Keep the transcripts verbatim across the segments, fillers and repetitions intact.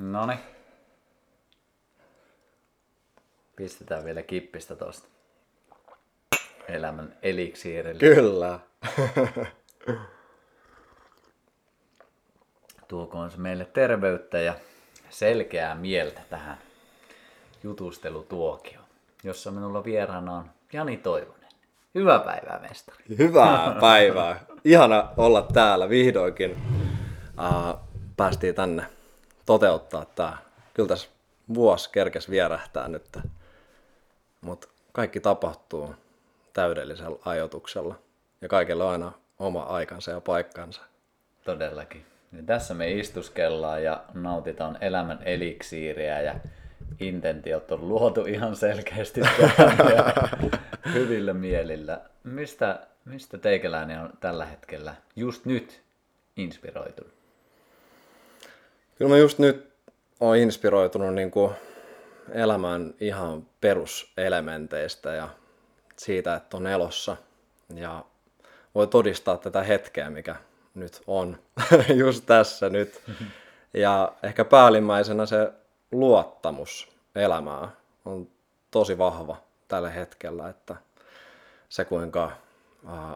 Noniin. Pistetään vielä kippistä tosta. Elämän eliksiirille. Kyllä. Tuokoon se meille terveyttä ja selkeää mieltä tähän jutustelutuokioon, jossa minulla vieraana on Jani Toivonen. Hyvää päivää, mestari. Hyvää päivää. Ihana olla täällä vihdoinkin. Uh, päästiin tänne toteuttaa tää. Kyllä tässä vuosi kerkes vierähtää nyt. Mutta kaikki tapahtuu täydellisellä ajoituksella. Ja kaikilla on aina oma aikansa ja paikkansa. Todellakin. Ja tässä me istuskellaan ja nautitaan elämän eliksiiriä ja intentiot on luotu ihan selkeästi tähän ja hyvillä mielillä. Mistä, mistä teikäläinen on tällä hetkellä just nyt inspiroitunut? Kyllä mä just nyt oon inspiroitunut niin kuin elämän ihan peruselementeistä ja siitä, että on elossa ja voi todistaa tätä hetkeä, mikä nyt on just tässä nyt. Ja ehkä päällimmäisenä se luottamus elämään on tosi vahva tällä hetkellä, että se kuinka äh,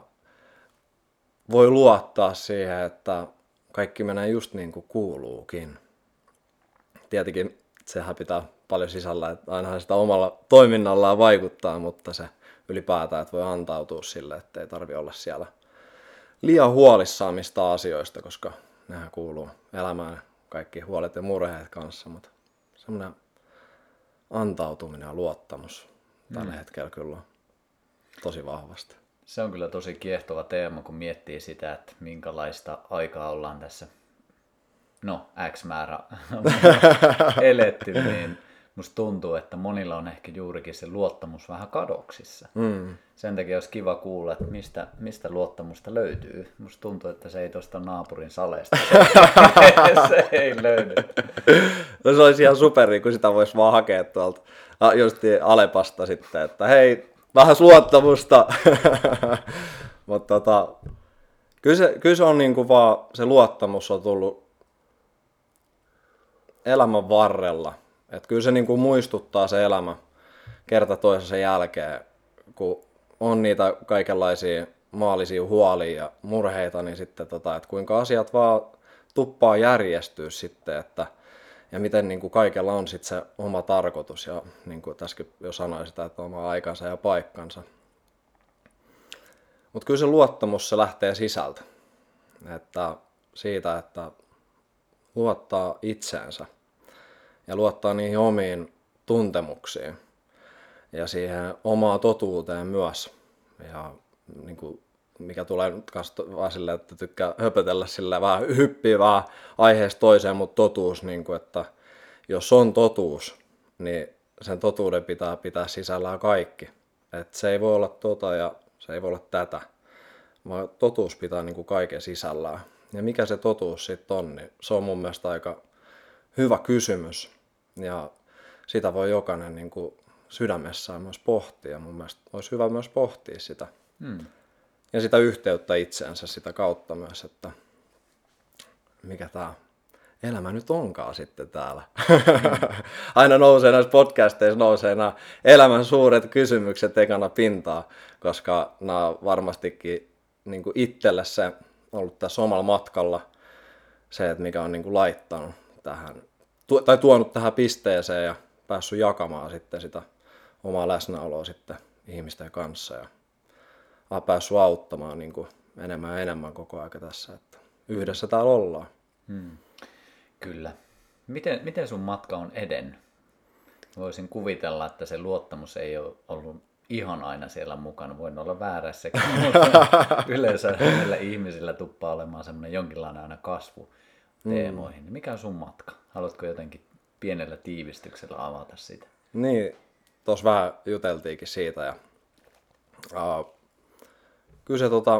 voi luottaa siihen, että kaikki menee just niin kuin kuuluukin. Tietenkin sehän pitää paljon sisällä, että ainahan sitä omalla toiminnallaan vaikuttaa, mutta se ylipäätään, että voi antautua sille, että ei tarvitse olla siellä liian huolissaan mistä asioista, koska nehän kuuluu elämään kaikki huolet ja murheet kanssa, mutta semmoinen antautuminen ja luottamus tällä mm. hetkellä kyllä on tosi vahvasti. Se on kyllä tosi kiehtova teema, kun miettii sitä, että minkälaista aikaa ollaan tässä, no X määrä eletty, niin musta tuntuu, että monilla on ehkä juurikin se luottamus vähän kadoksissa. Mm. Sen takia olisi kiva kuulla, että mistä, mistä luottamusta löytyy. Musta tuntuu, että se ei tuosta naapurin saleesta. Se ei löydy. No se olisi ihan superi, kun sitä voisi vaan hakea tuolta just Alepasta sitten, että hei, vähän luottamusta. Mutta tota, kyllä, se, kyllä se on niin kuin vaan, se luottamus on tullut elämän varrella. Että kyllä se niin kuin muistuttaa se elämä kerta toisensa jälkeen, kun on niitä kaikenlaisia maallisia huolia ja murheita, niin sitten tota, että kuinka asiat vaan tuppaa järjestyä sitten, että ja miten niin kuin kaikella on sitten se oma tarkoitus ja niin kuin tässäkin jo sanoin sitä, että oma aikansa ja paikkansa. Mutta kyllä se luottamus se lähtee sisältä, että siitä, että luottaa itseensä. Ja luottaa niihin omiin tuntemuksiin ja siihen omaan totuuteen myös. Ja niin kuin, mikä tulee nyt vaan silleen, että tykkää höpötellä silleen vähän hyppii vähän aiheesta toiseen, mutta totuus, niin kuin, että jos on totuus, niin sen totuuden pitää pitää sisällään kaikki. Että se ei voi olla tota ja se ei voi olla tätä, vaan totuus pitää niin kuin kaiken sisällään. Ja mikä se totuus sitten on, niin se on mun mielestä aika hyvä kysymys. Ja sitä voi jokainen niin kuin sydämessään myös pohtia. Mun mielestä olisi hyvä myös pohtia sitä. Hmm. Ja sitä yhteyttä itseensä sitä kautta myös, että mikä tämä elämä nyt onkaan sitten täällä. Hmm. Aina nousee näissä podcasteissa nousee nämä elämän suuret kysymykset ekana pintaa, koska nämä varmastikin niin kuin itselle se ollut tässä omalla matkalla se, että mikä on niin kuin laittanut tähän tai tuonut tähän pisteeseen ja päässyt jakamaan sitten sitä omaa läsnäoloa sitten ihmisten kanssa ja olen päässyt auttamaan niin kuin enemmän ja enemmän koko ajan tässä, että yhdessä täällä ollaan. Hmm. Kyllä. Miten, miten sun matka on edennyt? Voisin kuvitella, että se luottamus ei ole ollut ihan aina siellä mukana. Voin olla väärässäkin, mutta yleensä näillä ihmisillä tuppaa olemaan semmoinen jonkinlainen aina kasvu teemoihin. Mm. Mikä on sun matka? Haluatko jotenkin pienellä tiivistyksellä avata sitä? Niin, tuossa vähän juteltiinkin siitä. Ja, uh, kyllä se tota,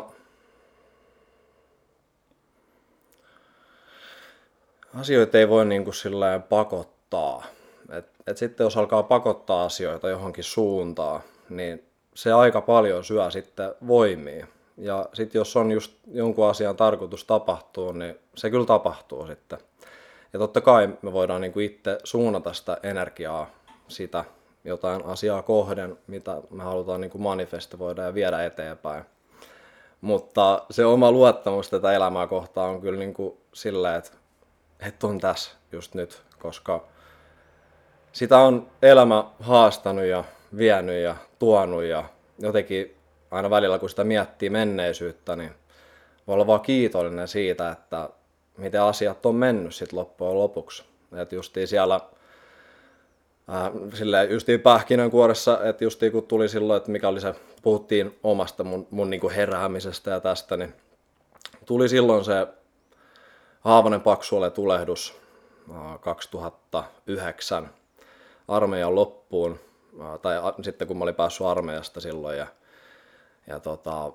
asioita ei voi niinku silleen pakottaa. Et, et sitten jos alkaa pakottaa asioita johonkin suuntaan, niin se aika paljon syö sitten voimia. Ja sitten jos on just jonkun asian tarkoitus tapahtua, niin se kyllä tapahtuu sitten. Ja totta kai me voidaan niin kuin itse suunnata sitä energiaa, sitä jotain asiaa kohden, mitä me halutaan niin kuin manifestoida ja viedä eteenpäin. Mutta se oma luottamus tätä elämää kohtaan on kyllä niin kuin sillä, että, että on tässä just nyt, koska sitä on elämä haastanut ja vienyt ja tuonut ja jotenkin aina välillä kun sitä miettii menneisyyttä, niin voi olla vaan kiitollinen siitä, että miten asiat on mennyt sit loppujen lopuksi. Että justiin siellä ää, silleen justiin pähkinänkuoressa, että justiin kun tuli silloin, että mikä oli se, puhuttiin omasta mun, mun niinku heräämisestä ja tästä, niin tuli silloin se Haavanen Paksuole tulehdus ää, kaksituhattayhdeksän armeijan loppuun, ää, tai a, sitten kun mä olin päässyt armeijasta silloin ja, ja tota,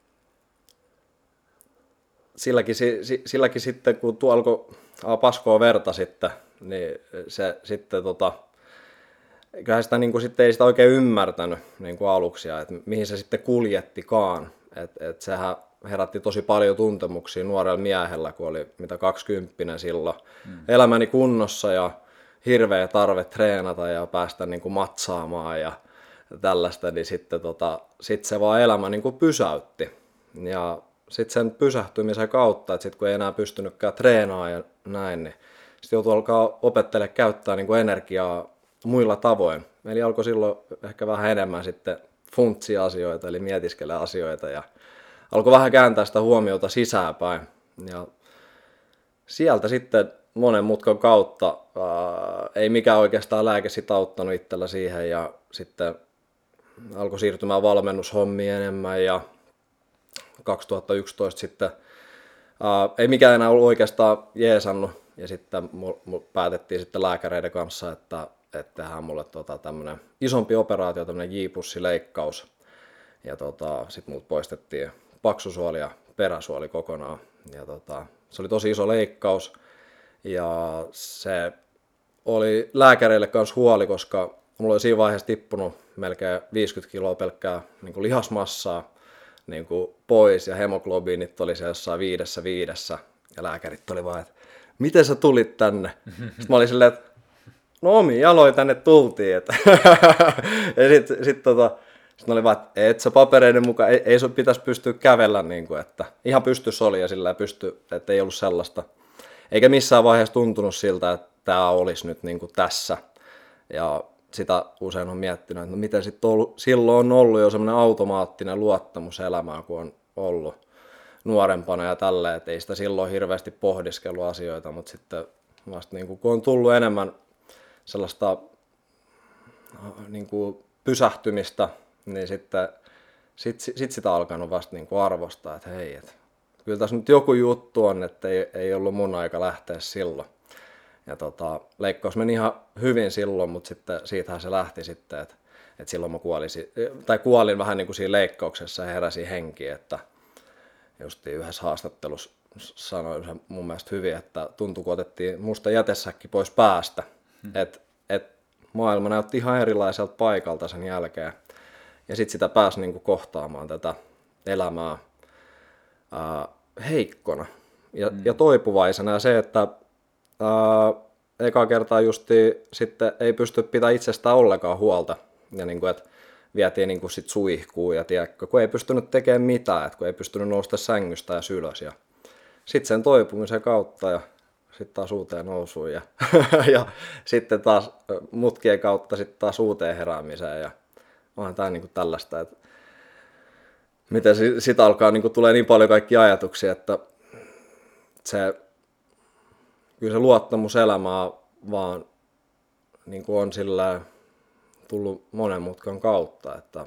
Silläkin, silläkin sitten, kun tuo alkoi paskoa verta sitten, niin se sitten tota, kyllähän sitä niin kuin sitten ei sitä oikein ymmärtänyt niin kuin aluksi, että mihin se sitten kuljettikaan. Että et sehän herätti tosi paljon tuntemuksia nuorella miehellä, kun oli mitä kaksikymppinen silloin. Mm. Elämäni kunnossa ja hirveä tarve treenata ja päästä niin kuin matsaamaan ja tällaista, niin sitten tota, sit se vaan elämä niin kuin pysäytti. Ja sitten sen pysähtymisen kautta, että sitten kun ei enää pystynytkään treenaamaan ja näin, niin sitten joutui alkaa opettelemaan käyttää niin kuin energiaa muilla tavoin. Eli alkoi silloin ehkä vähän enemmän sitten funtsia asioita, eli mietiskellä asioita ja alkoi vähän kääntää sitä huomiota sisäänpäin. Ja sieltä sitten monen mutkan kautta ää, ei mikään oikeastaan lääke sit auttanut itsellä siihen ja sitten alkoi siirtymään valmennushommiin enemmän ja kaksituhattayksitoista sitten ää, ei mikään enää ollut oikeastaan jeesannut ja sitten mul, mul päätettiin sitten lääkäreiden kanssa, että, että tehdään mulle tota, tämmönen isompi operaatio, tämmönen J-pussileikkaus ja tota, sitten mut poistettiin paksusuoli ja peräsuoli kokonaan ja tota, se oli tosi iso leikkaus ja se oli lääkäreille kanssa huoli, koska mulla oli siinä vaiheessa tippunut melkein viisikymmentä kiloa pelkkää niin kuin lihasmassaa niin kuin pois ja hemoglobiinit oli siellä jossain viidessä viidessä ja lääkärit oli vaan, että miten sä tulit tänne? Sitten mä olin silleen, että no omiin jaloin tänne tultiin. Että ja sitten sit, tota, sit oli vaan, että et sä papereiden mukaan, ei, ei sun pitäisi pystyä kävellä, niin kuin, että ihan pystys oli ja sillä pysty, että ei ollut sellaista. Eikä missään vaiheessa tuntunut siltä, että tämä olisi nyt niin kuin tässä. Ja sitä usein on miettinyt, että no miten sitten silloin on ollut jo semmoinen automaattinen luottamus elämään, kun on ollut nuorempana ja tälleen, että ei sitä silloin hirveästi pohdiskellut asioita, mutta sitten vasta niin kuin, kun on tullut enemmän sellaista niin kuin pysähtymistä, niin sitten sit, sit sitä alkanut vasta niin kuin arvostaa, että hei, että kyllä tässä nyt joku juttu on, että ei, ei ollut mun aika lähteä silloin. Ja tota, leikkaus meni ihan hyvin silloin, mutta sitten siitähän se lähti sitten, että, että silloin mä kuolin, tai kuolin vähän niin kuin siinä leikkauksessa ja heräsin henkiin, että just yhdessä haastattelussa sanoin se mun mielestä hyvin, että tuntui kun otettiin musta jätesäkki pois päästä, hmm. että et maailma näytti ihan erilaiselta paikalta sen jälkeen ja sitten sitä pääsi niin kuin kohtaamaan tätä elämää ää, heikkona ja, hmm. ja toipuvaisena ja se, että Uh, eka kertaa justi sitten ei pysty pitämään itsestään ollenkaan huolta ja niin kuin, että vietiin niin kuin sit suihkuun ja tiedätkö, kun ei pystynyt tekemään mitään, että kun ei pystynyt nousta sängystä ja ylös ja sitten sen toipumisen kautta ja sitten taas uuteen nousuun ja, ja sitten taas mutkien kautta sitten taas uuteen heräämiseen ja onhan tämä niin kuin tällaista, että miten sitä alkaa niin kuin tulee niin paljon kaikkia ajatuksia, että se kyllä se luottamus elämää vaan niin kuin on sillä tullut monen mutkan kautta, että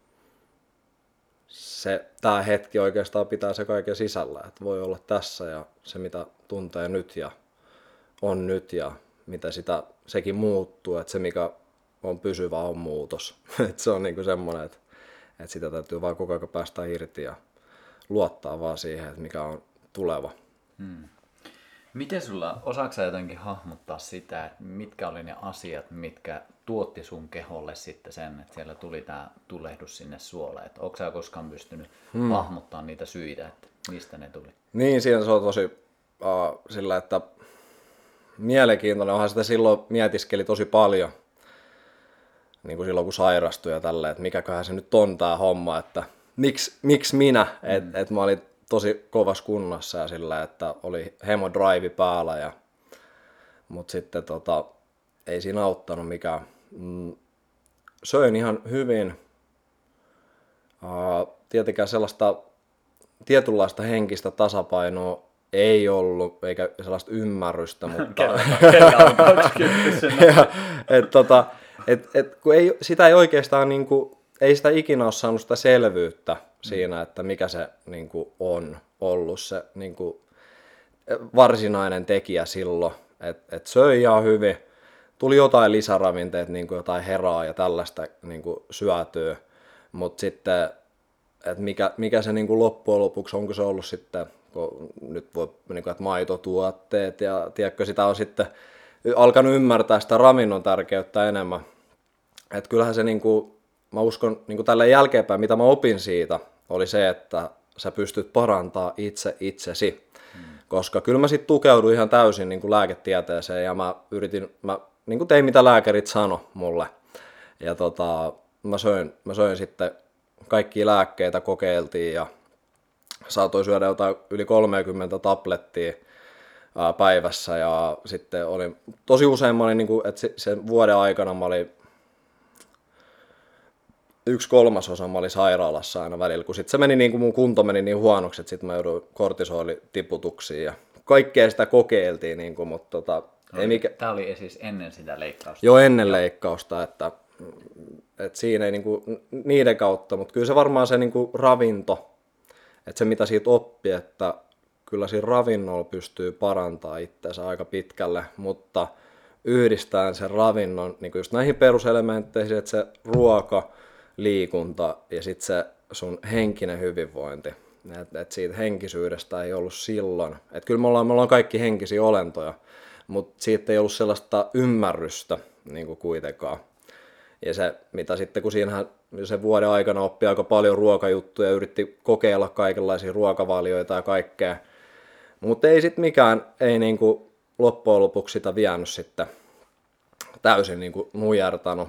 se, tämä hetki oikeastaan pitää se kaiken sisällä, että voi olla tässä ja se mitä tuntee nyt ja on nyt ja mitä sitä sekin muuttuu, että se mikä on pysyvä on muutos. Että se on niin kuin semmoinen, että, että sitä täytyy vaan koko ajan päästä irti ja luottaa vaan siihen, että mikä on tuleva. Hmm. Miten sulla, osaatko sä jotenkin hahmottaa sitä, että mitkä oli ne asiat, mitkä tuotti sun keholle sitten sen, että siellä tuli tämä tulehdus sinne suoleen? Että onko sä koskaan pystynyt hmm. hahmottamaan niitä syitä, että mistä ne tuli? Niin, siinä se on tosi uh, sillä, että mielenkiintoinen. Onhan sitä silloin mietiskeli tosi paljon, niin kuin silloin kun sairastui ja tälleen, että mikäköhän se nyt on tää homma, että miksi, miksi minä, mm. että et mä olin tosi kovassa kunnossa ja sillä, että oli hemodrive päällä, ja, mutta sitten tota, ei siinä auttanut mikään. Mm, söin ihan hyvin, uh, tietenkään sellaista tietynlaista henkistä tasapainoa ei ollut, eikä sellaista ymmärrystä, mutta ja, et, tota, et, et, kun ei, sitä ei oikeastaan, niin kuin, ei sitä ikinä ole saanut sitä selvyyttä siinä, että mikä se niin kuin, on ollut se niin kuin, varsinainen tekijä silloin, että et söi ihan hyvin, tuli jotain lisäravinteita, niin kuin jotain heraa ja tällaista niin kuin, syötyä, mutta sitten, että mikä, mikä se niin kuin, loppujen lopuksi, onko se ollut sitten, kun nyt voi, niin kuin, että maitotuotteet ja tiedätkö, sitä on sitten alkanut ymmärtää sitä ravinnon tärkeyttä enemmän. Että kyllähän se, niin kuin, mä uskon niin kuin tällä jälkeenpäin, mitä mä opin siitä, oli se, että sä pystyt parantaa itse itsesi. Hmm. Koska kyllä mä sitten tukeuduin ihan täysin niin kuin lääketieteeseen ja mä yritin, mä niin kuin tein mitä lääkärit sano mulle. Ja tota, mä söin, mä söin sitten kaikkia lääkkeitä, kokeiltiin ja saatoin syödä jotain yli kolmekymmentä tablettia ää, päivässä ja sitten oli tosi usein mä olin, niin kuin, että sen vuoden aikana mä olin yksi kolmasosa mä olin sairaalassa aina välillä, kun sitten se meni niin kuin mun kunto meni niin huonoksi, että sitten mä jouduin kortisolitiputuksiin ja kaikkea sitä kokeiltiin, niin kuin, mutta tota, no, ei mikä... Tämä oli siis ennen sitä leikkausta. Joo, ennen leikkausta, että, että siinä ei niin kuin, niiden kautta, mutta kyllä se varmaan se niin kuin ravinto, että se mitä siitä oppi, että kyllä siinä ravinnolla pystyy parantamaan itseänsä aika pitkälle, mutta yhdistäen sen ravinnon niin kuin just näihin peruselementteihin, että se ruoka, liikunta ja sitten se sun henkinen hyvinvointi. Että et siitä henkisyydestä ei ollut silloin. Että kyllä me ollaan, me ollaan kaikki henkisiä olentoja, mutta siitä ei ollut sellaista ymmärrystä niin kuin kuitenkaan. Ja se, mitä sitten, kun siinähän sen vuoden aikana oppi aika paljon ruokajuttuja ja yritti kokeilla kaikenlaisia ruokavalioita ja kaikkea. Mutta ei sitten mikään, ei niinku loppujen lopuksi sitä vienyt sitten täysin niinku nujertanut.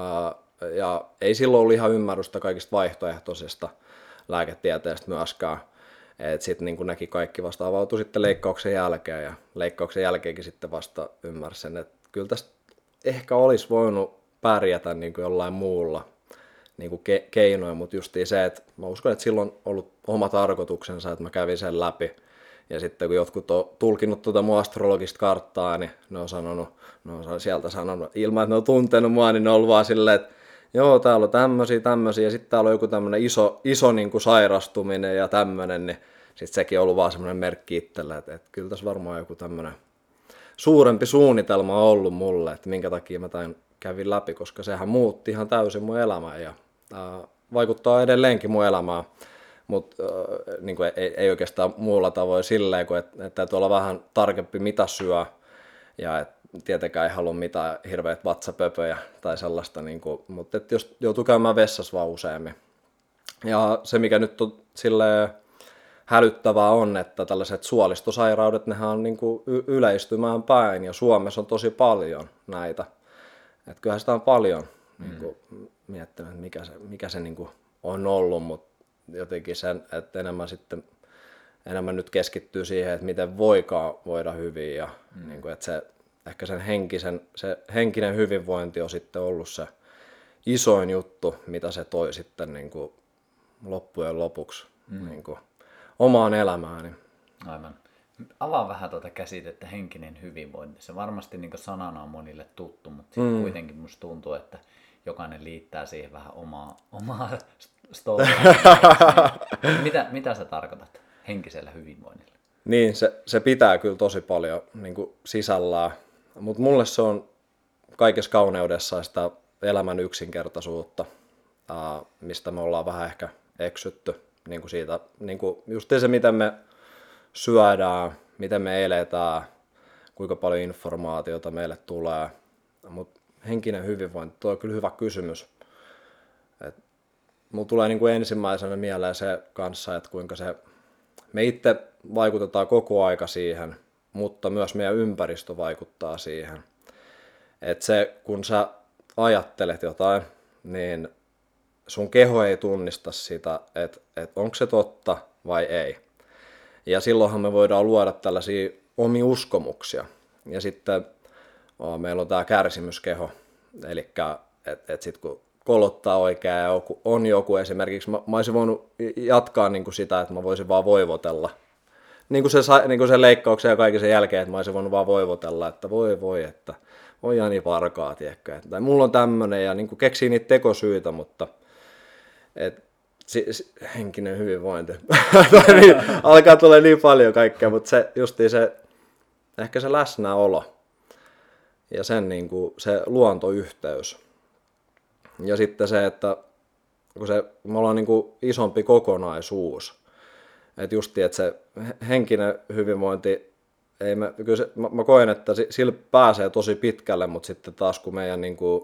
Ja ei silloin ollut ihan ymmärrystä kaikista vaihtoehtoisista lääketieteestä myöskään. Että sitten niinku näki kaikki vasta avautui sitten leikkauksen jälkeen ja leikkauksen jälkeenkin sitten vasta ymmärsin, että kyllä tästä ehkä olisi voinut pärjätä niin kuin jollain muulla niin kuin ke- keinoin, mutta justiin se, että mä uskon, että silloin on ollut oma tarkoituksensa, että mä kävin sen läpi. Ja sitten kun jotkut on tulkinut tuota mun astrologista karttaa, niin ne on sanonut, ne on sieltä sanonut, ilman että ne on tuntenut mua, niin ne on ollut vaan silleen, että joo, täällä on tämmöisiä, tämmöisiä, ja sitten täällä on joku tämmöinen iso, iso niin kuin sairastuminen ja tämmöinen, niin sitten sekin on ollut vaan semmoinen merkki itsellä, että, että kyllä tässä varmaan joku tämmöinen suurempi suunnitelma on ollut mulle, että minkä takia mä tämän kävin läpi, koska sehän muutti ihan täysin mun elämää ja ää, vaikuttaa edelleenkin mun elämään, mutta niin ei, ei oikeastaan muulla tavoin silleen, kuin että, että täytyy olla vähän tarkempi mitä syö ja et, tietenkään ei halua mitään hirveät vatsapöpöjä tai sellaista, niin kuin, mutta et jos joutuu käymään vessassa vaan useammin. Ja se mikä nyt on silleen hälyttävää on, että tällaiset suolistosairaudet, nehän on niin kuin yleistymään päin ja Suomessa on tosi paljon näitä. Että kyllähän sitä on paljon mm. niin kuin, miettinyt, että mikä se, mikä se niin kuin on ollut, mutta jotenkin sen, että enemmän sitten enemmän nyt keskittyy siihen, että miten voikaan voida hyvin ja mm. niin kuin, että se, ehkä sen henkisen, se henkinen hyvinvointi on sitten ollut se isoin juttu, mitä se toi sitten niin kuin loppujen lopuksi mm. niin kuin omaan elämääni. Aivan. Avaa vähän tuota käsitettä henkinen hyvinvointi. Se varmasti niin kuin sanana on monille tuttu, mutta mm. kuitenkin musta tuntuu, että jokainen liittää siihen vähän omaa, omaa storia. mitä, mitä sä tarkoitat henkisellä hyvinvoinnilla? Niin, se, se pitää kyllä tosi paljon niin kuin sisällään, mutta mulle se on kaikessa kauneudessa sitä elämän yksinkertaisuutta, ää, mistä me ollaan vähän ehkä eksytty. Niin kuin siitä, niin kuin just se, miten me syödään, miten me eletään, kuinka paljon informaatiota meille tulee. Mutta henkinen hyvinvointi, tuo on kyllä hyvä kysymys. Et mulla tulee niin kuin ensimmäisenä mieleen se kanssa, että kuinka se, me itse vaikutetaan koko aika siihen, mutta myös meidän ympäristö vaikuttaa siihen. Että se, kun sä ajattelet jotain, niin sun keho ei tunnista sitä, että, että onko se totta vai ei. Ja silloinhan me voidaan luoda tällaisia omia uskomuksia. Ja sitten oh, meillä on tämä kärsimyskeho, eli että et sitten kun kolottaa oikein ja joku, on joku esimerkiksi, mä, mä olisin voinut jatkaa niin kuin sitä, että mä voisin vaan voivotella. Niin kuin, se, niin kuin sen leikkauksen ja kaiken sen jälkeen, että mä olisin voinut vaan voivotella, että voi voi, että voi Jani Parkaa, tiedätkö, että mulla on tämmönen ja niin kuin keksii niitä tekosyitä, mutta et, si, si, henkinen hyvinvointi, niin, alkaa tulla niin paljon kaikkea, mutta se justiin se, ehkä se läsnäolo ja sen niin kuin, se luontoyhteys. Ja sitten se, että kun se, me ollaan niin kuin isompi kokonaisuus, että justiin, että se henkinen hyvinvointi, ei me, kyllä se, mä, mä koen, että sillä pääsee tosi pitkälle, mutta sitten taas kun meidän, niin kuin,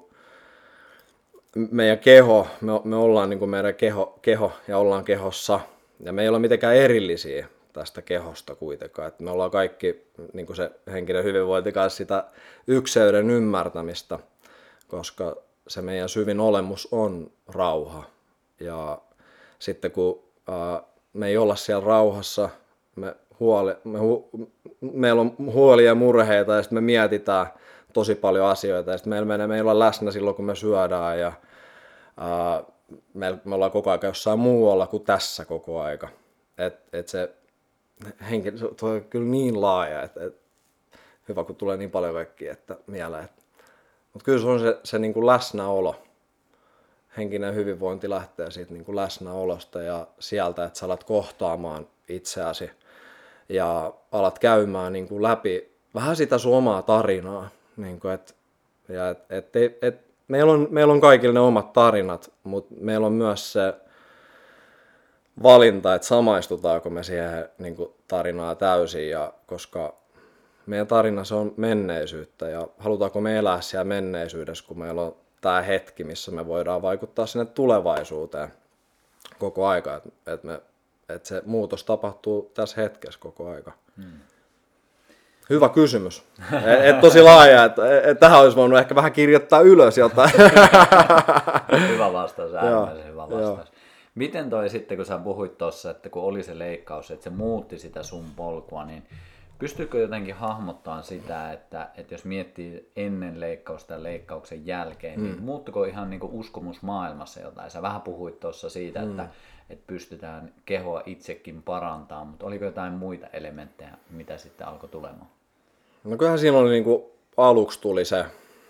meidän keho, me, me ollaan niin kuin meidän keho, keho ja ollaan kehossa, ja me ei olla mitenkään erillisiä tästä kehosta kuitenkaan, että me ollaan kaikki niin kuin se henkinen hyvinvointi kanssa sitä ykseyden ymmärtämistä, koska se meidän syvin olemus on rauha. Ja sitten kun ää, me ei olla siellä rauhassa, me huoli, me hu, meillä on huolia ja murheita ja sitten me mietitään tosi paljon asioita ja sitten meillä menee, me ei olla läsnä silloin kun me syödään ja ää, me, me ollaan koko ajan jossain muualla kuin tässä koko aika. Et, et se henki, se on kyllä niin laaja, että et, hyvä kun tulee niin paljon kaikkia että mieleen. Mutta kyllä se on se, se niin kuin läsnäolo. Henkinen hyvinvointi lähtee siitä niin kuin läsnäolosta ja sieltä, että sä alat kohtaamaan itseäsi ja alat käymään niin kuin läpi vähän sitä sun omaa tarinaa. Niin kuin et, ja et, et, et, et, meillä, on, meillä on kaikille ne omat tarinat, mutta meillä on myös se valinta, että samaistutaanko me siihen niin kuin tarinaan täysin, ja koska meidän tarina se on menneisyyttä ja halutaanko me elää siellä menneisyydessä, kun meillä on tämä hetki, missä me voidaan vaikuttaa sinne tulevaisuuteen koko aika, että et me, et se muutos tapahtuu tässä hetkessä koko aika. Hmm. Hyvä kysymys. Et, et tosi laaja, että et tähän olisi voinut ehkä vähän kirjoittaa ylös jotain. Hyvä vastaus, äärimmäisen hyvä vastaus. Miten toi sitten, kun sä puhuit tuossa, että kun oli se leikkaus, että se muutti sitä sun polkua, niin pystyykö jotenkin hahmottamaan sitä, että, että jos miettii ennen leikkausta ja leikkauksen jälkeen, mm. niin muuttuiko ihan niin kuin uskomusmaailmassa jotain? Sä vähän puhuit tuossa siitä, mm. että, että pystytään kehoa itsekin parantamaan, mutta oliko jotain muita elementtejä, mitä sitten alkoi tulemaan? No kyllähän siinä oli niin kuin, aluksi tuli se,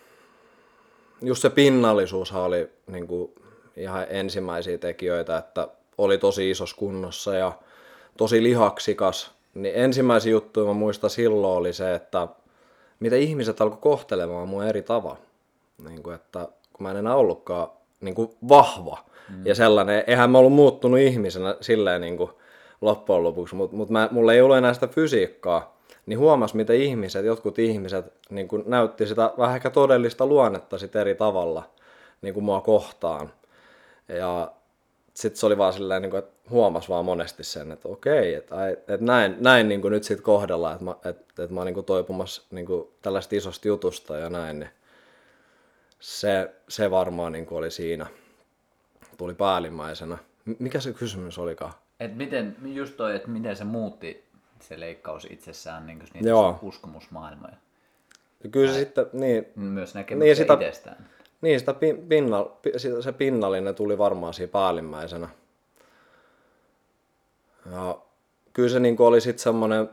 just se pinnallisuushan oli niin kuin, ihan ensimmäisiä tekijöitä, että oli tosi isossa kunnossa ja tosi lihaksikas. Niin ensimmäisiä juttuja mä muistan silloin oli se, että mitä ihmiset alkoi kohtelemaan mua eri tavalla. Niin kuin, että kun mä en enää ollutkaan niin kuin vahva mm. ja sellainen, eihän mä ollut muuttunut ihmisenä silleen niin kuin loppujen lopuksi, mutta mut mulla ei ole enää sitä fysiikkaa, niin huomas miten ihmiset, jotkut ihmiset niin kuin näytti sitä vähän ehkä todellista luonnetta sit eri tavalla niin kuin mua kohtaan. Ja sitten se oli vaan silleen, että huomasi vaan monesti sen, että okei, että, että näin, näin niin kuin nyt sitten kohdellaan, että mä, että, että mä oon niin kuin toipumassa niin kuin tällaista isosta jutusta ja näin, niin se, se varmaan niin kuin oli siinä, tuli päällimmäisenä. Mikä se kysymys olikaan? Et miten, just toi, että miten se muutti se leikkaus itsessään niin kuin niitä uskomusmaailmoja? Kyllä se sitten, niin. Myös näkemyksen niin sitä, itsestään. Niin, sitä pinnal, se pinnallinen tuli varmaan siinä päällimmäisenä. Ja kyllä se niin kuin oli sitten semmoinen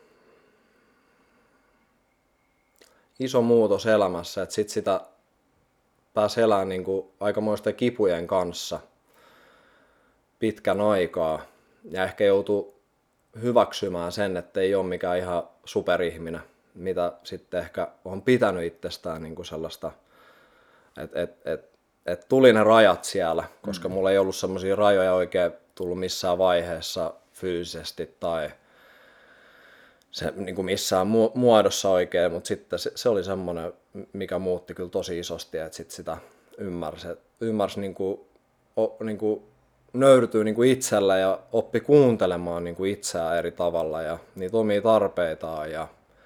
iso muutos elämässä, että sitten sitä pääsi elämään niin kuin aikamoisten kipujen kanssa pitkän aikaa. Ja ehkä joutui hyväksymään sen, että ei ole mikään ihan superihminen, mitä sitten ehkä on pitänyt itsestään niin kuin sellaista, että et, et, et tuli ne rajat siellä, koska mm. mulla ei ollut semmoisia rajoja oikein tullut missään vaiheessa fyysisesti tai se, niin kuin missään muodossa oikein, mutta sitten se, se oli semmoinen, mikä muutti kyllä tosi isosti, että sit sitä ymmärsi, ymmärsi niin kuin, o, niin kuin nöyrtyy niin kuin itsellä ja oppi kuuntelemaan niin kuin itseään eri tavalla ja niitä omia tarpeitaan ja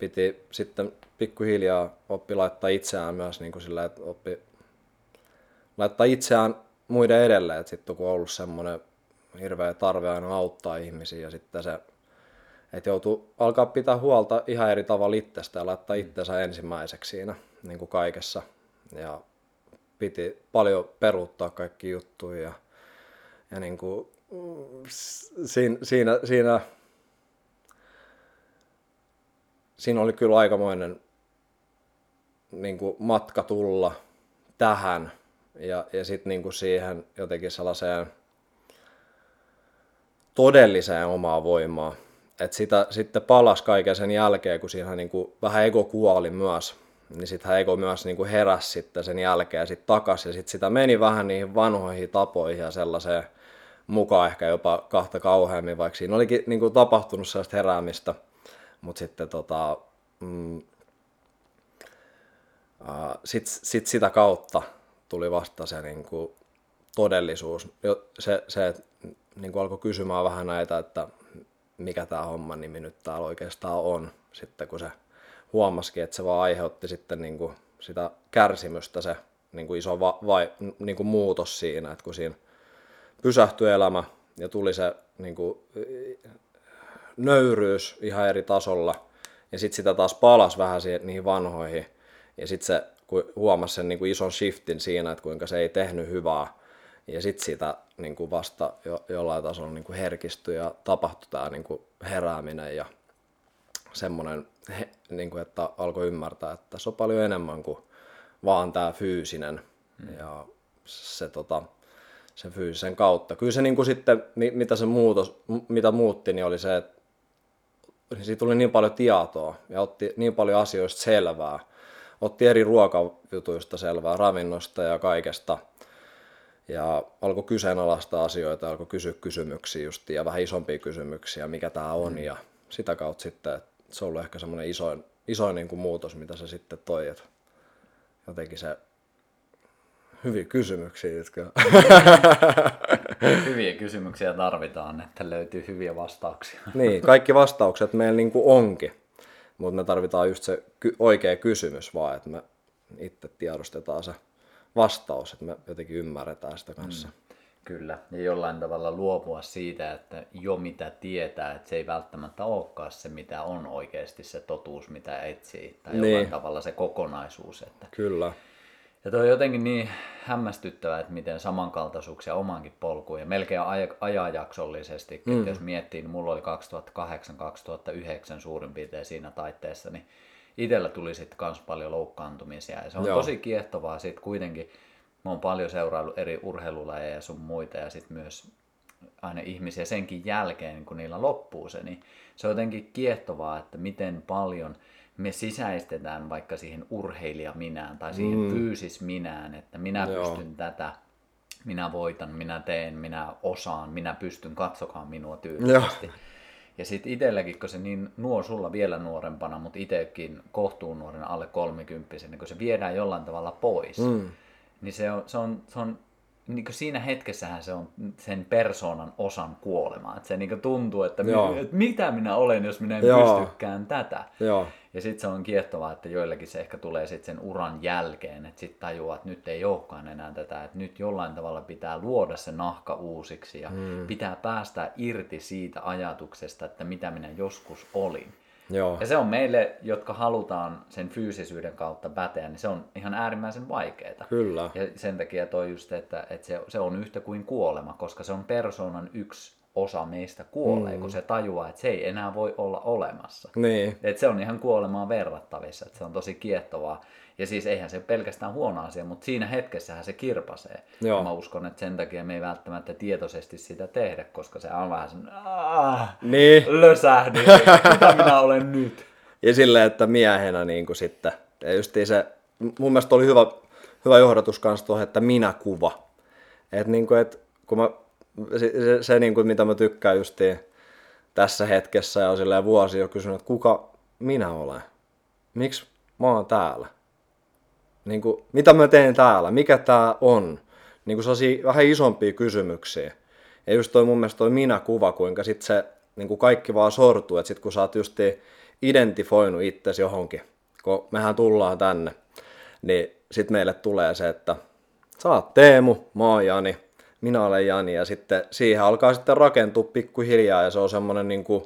piti sitten pikkuhiljaa oppi laittaa itseään myös niin kuin sillä, että oppi laittaa itseään muiden edelle, että sitten kun on ollut semmoinen hirveä tarve aina auttaa ihmisiä ja sitten se, että joutuu alkaa pitää huolta ihan eri tavalla itsestä ja laittaa itsensä ensimmäiseksi siinä niin kuin kaikessa ja piti paljon peruuttaa kaikki juttuja ja, ja niin kuin, siinä, siinä, siinä, siinä oli kyllä aikamoinen niin kuin matka tulla tähän ja, ja sitten niin kuin siihen jotenkin sellaiseen todelliseen omaa voimaa. Että sitä sitten palasi kaiken sen jälkeen, kun siinä niin kuin vähän ego kuoli myös, niin sitten ego myös niin kuin heräsi sitten sen jälkeen sitten takaisin. Ja sitten sitä meni vähän niihin vanhoihin tapoihin ja sellaiseen mukaan ehkä jopa kahta kauheammin, vaikka siinä olikin niin kuin tapahtunut sellaista heräämistä. Mutta sitten tota, mm, sitten sit sitä kautta tuli vasta se niin kuin todellisuus. Se, se niin kuin alkoi kysymään vähän näitä, että mikä tämä homman nimi nyt täällä oikeastaan on. Sitten kun se huomasikin, että se vaan aiheutti sitten niin kuin sitä kärsimystä, se niin kuin iso va- vai, niin kuin muutos siinä, että kun siinä pysähtyi elämä ja tuli se niin kuin nöyryys ihan eri tasolla ja sitten sitä taas palasi vähän siihen, niihin vanhoihin ja sitten se kun huomasi sen niin kuin ison shiftin siinä, että kuinka se ei tehnyt hyvää ja sitten sitä niin kuin vasta jo, jollain tasolla niin kuin herkistyi ja tapahtui tämä niin kuin herääminen ja semmoinen, niin kuin, että alkoi ymmärtää, että se on paljon enemmän kuin vaan tämä fyysinen mm. ja se, tota, sen fyysisen kautta. Kyllä se niin kuin sitten, mitä se muutos, mitä muutti, niin oli se, että siitä tuli niin paljon tietoa ja otti niin paljon asioista selvää. Otti eri ruokajutuista selvää, ravinnosta ja kaikesta. Ja alkoi kyseenalaistaa asioita, alkoi kysyä kysymyksiä justiin ja vähän isompia kysymyksiä, mikä tämä on. Mm. Ja sitä kautta sitten, että se on ollut ehkä semmoinen isoin, isoin niin kuin muutos, mitä se sitten toi. Että jotenkin se hyviä kysymyksiä, jotka... Hyviä kysymyksiä tarvitaan, että löytyy hyviä vastauksia. Niin, kaikki vastaukset meillä niin kuin onkin, mutta me tarvitaan just se ky- oikea kysymys vaan, että me itse tiedostetaan se vastaus, että me jotenkin ymmärretään sitä kanssa. Mm, kyllä, ja jollain tavalla luopua siitä, että jo mitä tietää, että se ei välttämättä olekaan se, mitä on oikeasti se totuus, mitä etsii, tai niin. Jollain tavalla se kokonaisuus. Että... Kyllä. Ja toi on jotenkin niin hämmästyttävää, että miten samankaltaisuuksia omankin polkuun ja melkein aj- ajanjaksollisesti, mm. että jos miettii, niin mulla oli kaksituhattakahdeksan kaksituhattayhdeksän suurin piirtein siinä taitteessa, niin itsellä tuli sitten kans paljon loukkaantumisia ja se on Joo. tosi kiehtovaa sitten kuitenkin, mä oon paljon seuraillut eri urheilulajeja ja sun muita ja sitten myös aina ihmisiä senkin jälkeen, kun niillä loppuu se, niin se on jotenkin kiehtovaa, että miten paljon me sisäistetään vaikka siihen urheilijaminään tai siihen mm. fyysisminään, että minä Joo. pystyn tätä, minä voitan, minä teen, minä osaan, minä pystyn, katsokaa minua tyylisesti. Ja sitten itselläkin, kun se niin nuo sulla vielä nuorempana, mutta itsekin kohtuun nuorena alle kolmekymppisenä, kun se viedään jollain tavalla pois, mm. niin se on, se on, se on niin siinä hetkessähän se on sen persoonan osan kuolema. Että se niin tuntuu, että, mi- että mitä minä olen, jos minä en Joo. pystykään tätä. Joo. Ja sitten se on kiehtovaa, että joillakin se ehkä tulee sitten sen uran jälkeen, että sitten tajuaa, että nyt ei olekaan enää tätä, että nyt jollain tavalla pitää luoda se nahka uusiksi ja hmm. pitää päästä irti siitä ajatuksesta, että mitä minä joskus olin. Joo. Ja se on meille, jotka halutaan sen fyysisyyden kautta päteä, niin se on ihan äärimmäisen vaikeaa. Kyllä. Ja sen takia toi just, että, että se, se on yhtä kuin kuolema, koska se on persoonan yksi osa meistä kuolee, mm. kun se tajuaa, että se ei enää voi olla olemassa. Niin. Että se on ihan kuolemaan verrattavissa, että se on tosi kiehtovaa. Ja siis eihän se pelkästään huono asia, mutta siinä hetkessähän se kirpasee. Joo. Ja mä uskon, että sen takia me ei välttämättä tietoisesti sitä tehdä, koska se on vähän sen niin. lösähdys, mitä minä olen nyt. Ja silleen, että miehenä niin kuin sitten, ja justiin se, mun mielestä oli hyvä, hyvä johdatus kanssa tuohon, että minä-kuva. Että niin kuin, että kun mä, se, se, se niin kuin, mitä mä tykkään justiin tässä hetkessä ja on silleen vuosi jo kysynyt, että kuka minä olen? Miksi mä oon täällä? Niin kuin, mitä mä teen täällä? Mikä tää on? Niin kuin sellaisia vähän isompia kysymyksiä. Ja just toi mun mielestä toi minä-kuva, kuinka sit se niin kuin kaikki vaan sortuu. Että sit kun sä oot just identifoinut itsesi johonkin, kun mehän tullaan tänne, niin sitten meille tulee se, että sä oot Teemu, mä oon Jani, minä olen Jani, ja sitten siihen alkaa sitten rakentua pikkuhiljaa, ja se on semmoinen niin kuin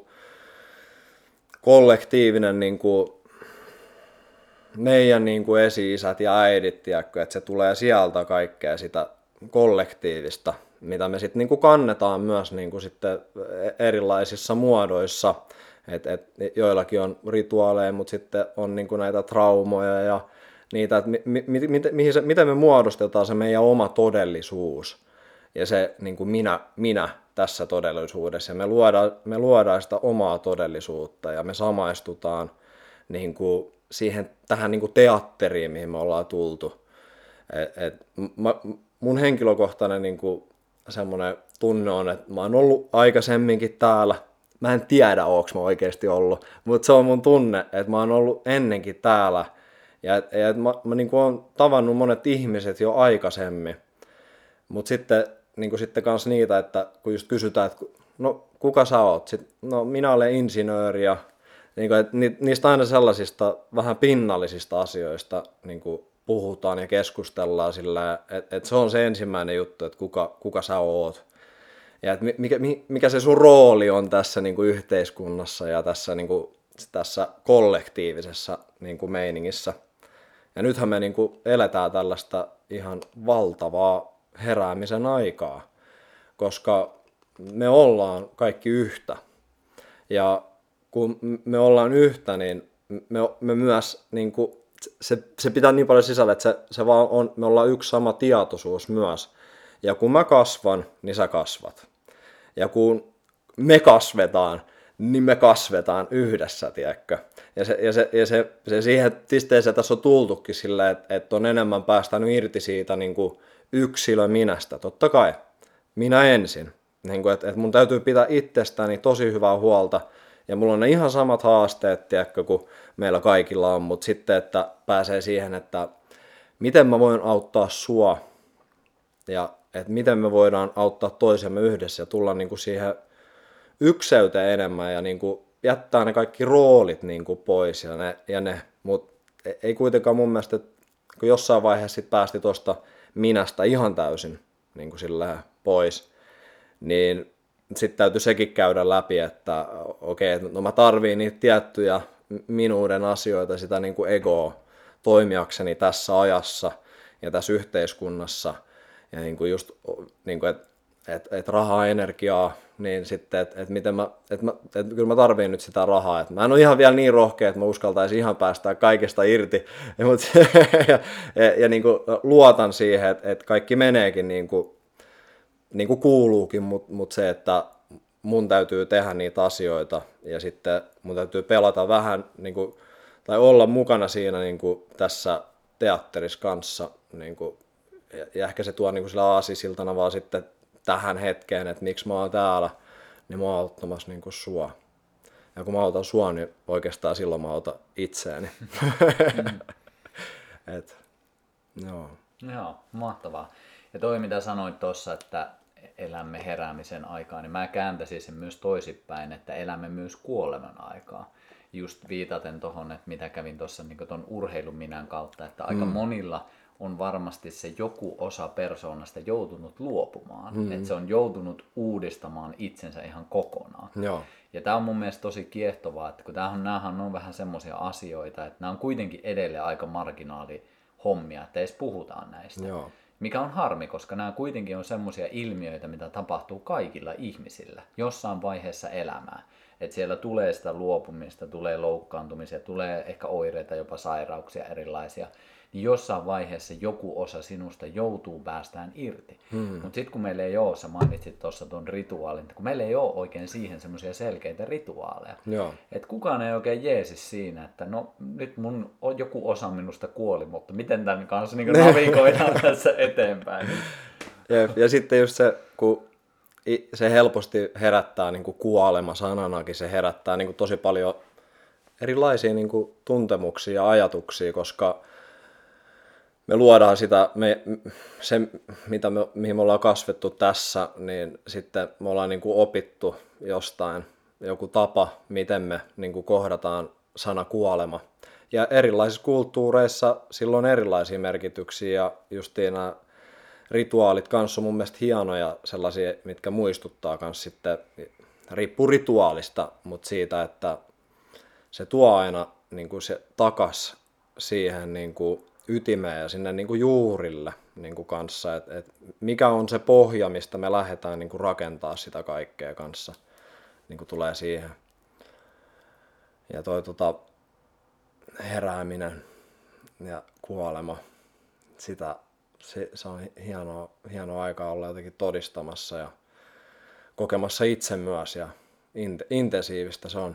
kollektiivinen niin kuin meidän niin kuin esi-isät ja äidit, tiedätkö, että se tulee sieltä kaikkea sitä kollektiivista, mitä me sitten niin kuin kannetaan myös niin kuin sitten erilaisissa muodoissa, et, et, joillakin on rituaaleja, mutta sitten on niin kuin näitä traumoja ja niitä, että mi, mi, mi, mihin se, miten me muodostetaan se meidän oma todellisuus ja se niin kuin minä, minä tässä todellisuudessa. Ja me luodaan, me luodaan sitä omaa todellisuutta ja me samaistutaan niin kuin siihen, tähän niin kuin teatteriin, mihin me ollaan tultu. Et, et, mä, mun henkilökohtainen niin kuin semmoinen tunne on, että mä oon ollut aikaisemminkin täällä. Mä en tiedä, oonko mä oikeasti ollut, mutta se on mun tunne, että mä oon ollut ennenkin täällä. Ja että et mä, mä niin kuin oon tavannut monet ihmiset jo aikaisemmin. Mutta sitten, niin sitten kans niitä, että kun just kysytään, että no kuka sä oot? Sitten, no minä olen insinööri ja niin kuin, että niistä aina sellaisista vähän pinnallisista asioista niin kuin puhutaan ja keskustellaan sillä, että, että se on se ensimmäinen juttu, että kuka, kuka sä oot. Ja että mikä, mikä se sun rooli on tässä niin kuin yhteiskunnassa ja tässä, niin kuin, tässä kollektiivisessa niin kuin meiningissä. Ja nythän me niin kuin eletään tällaista ihan valtavaa heräämisen aikaa, koska me ollaan kaikki yhtä. Ja kun me ollaan yhtä, niin me, me myös, niin kuin, se, se pitää niin paljon sisällä, että se, se vaan on, me ollaan yksi sama tietoisuus myös. Ja kun mä kasvan, niin sä kasvat. Ja kun me kasvetaan, niin me kasvetaan yhdessä, tiedätkö? Ja, se, ja, se, ja se, se siihen pisteeseen tässä on tultukin sillä, että, että on enemmän päästänyt irti siitä niin kuin yksilö minästä. Totta kai, minä ensin. Niin kuin, että, että mun täytyy pitää itsestäni tosi hyvää huolta. Ja mulla on ne ihan samat haasteet, tiedätkö, kuin meillä kaikilla on. Mutta sitten, että pääsee siihen, että miten mä voin auttaa sua. Ja että miten me voidaan auttaa toisemme yhdessä ja tulla niin kuin siihen ykseyteen enemmän ja niin kuin jättää ne kaikki roolit niin kuin pois ja ne, ja ne. Mutta ei kuitenkaan mun mielestä, kun jossain vaiheessa sit päästi tuosta minästä ihan täysin niin kuin sillä pois, niin sitten täytyy sekin käydä läpi, että okei, okay, no mä tarviin niitä tiettyjä minuuden asioita, sitä niin kuin egoa toimijakseni tässä ajassa ja tässä yhteiskunnassa. Ja niin kuin just, niin kuin, että et, et rahaa, energiaa, niin sitten, että et miten mä, että mä, et kyllä mä tarviin nyt sitä rahaa. Et mä en ole ihan vielä niin rohkea, että mä uskaltaisin ihan päästää kaikesta irti. Ja, mut, ja, ja, ja niin kuin luotan siihen, että et kaikki meneekin niin kuin, niin kuin kuuluukin, mutta mut se, että mun täytyy tehdä niitä asioita ja sitten mun täytyy pelata vähän, niin kuin, tai olla mukana siinä niin kuin tässä teatterissa kanssa, niin kuin, ja ehkä se tuo niin kuin sillä aasisiltana vaan sitten tähän hetkeen, että miksi mä oon täällä, niin mä oon auttamassa niin kuin sua. Ja kun mä autan sua, niin oikeastaan silloin mä autan itseäni. Mm. Et, joo. Joo, mahtavaa. Ja toi mitä sanoit tuossa, että elämme heräämisen aikaa, niin mä kääntäisin sen myös toisinpäin, että elämme myös kuoleman aikaa. Just viitaten tuohon, että mitä kävin tuossa niin tuon urheilun minän kautta, että aika mm. monilla on varmasti se joku osa persoonasta joutunut luopumaan. Mm. Että se on joutunut uudistamaan itsensä ihan kokonaan. Joo. Ja tämä on mun mielestä tosi kiehtovaa, että kun tämähän, näähän on vähän semmoisia asioita, että nämä on kuitenkin edelleen aika marginaalihommia, että edes puhutaan näistä. Joo. Mikä on harmi, koska nämä kuitenkin on semmoisia ilmiöitä, mitä tapahtuu kaikilla ihmisillä jossain vaiheessa elämää. Että siellä tulee sitä luopumista, tulee loukkaantumisia, tulee ehkä oireita, jopa sairauksia erilaisia. Niin jossain vaiheessa joku osa sinusta joutuu päästään irti. Hmm. Mutta sitten kun meillä ei ole, sä mainitsit tuossa tuon rituaalin, kun meillä ei ole oikein siihen semmoisia selkeitä rituaaleja. Että kukaan ei oikein jeesi siinä, että no nyt mun joku osa minusta kuoli, mutta miten tämän kanssa niin navigoidaan tässä eteenpäin. Ja, ja sitten just se, kun se helposti herättää niin kuin kuolema sananakin, se herättää niin kuin tosi paljon erilaisia niin kuin tuntemuksia ja ajatuksia, koska me luodaan sitä, me, se mitä me, mihin me ollaan kasvettu tässä, niin sitten me ollaan niin kuin opittu jostain joku tapa, miten me niin kuin kohdataan sana kuolema. Ja erilaisissa kulttuureissa sillä on erilaisia merkityksiä ja justiin nämä rituaalit kanssa on mun mielestä hienoja sellaisia, mitkä muistuttaa kans sitten, riippuu rituaalista, mutta siitä, että se tuo aina niin kuin se takas siihen niin kuin ytimeen ja sinne niin kuin juurille niin kuin kanssa, että et mikä on se pohja, mistä me lähdetään niin kuin rakentaa sitä kaikkea kanssa, niin kuin tulee siihen. Ja toi tota, herääminen ja kuolema, sitä, se, se on hienoa, hienoa aikaa olla jotenkin todistamassa ja kokemassa itse myös ja in, intensiivistä se on.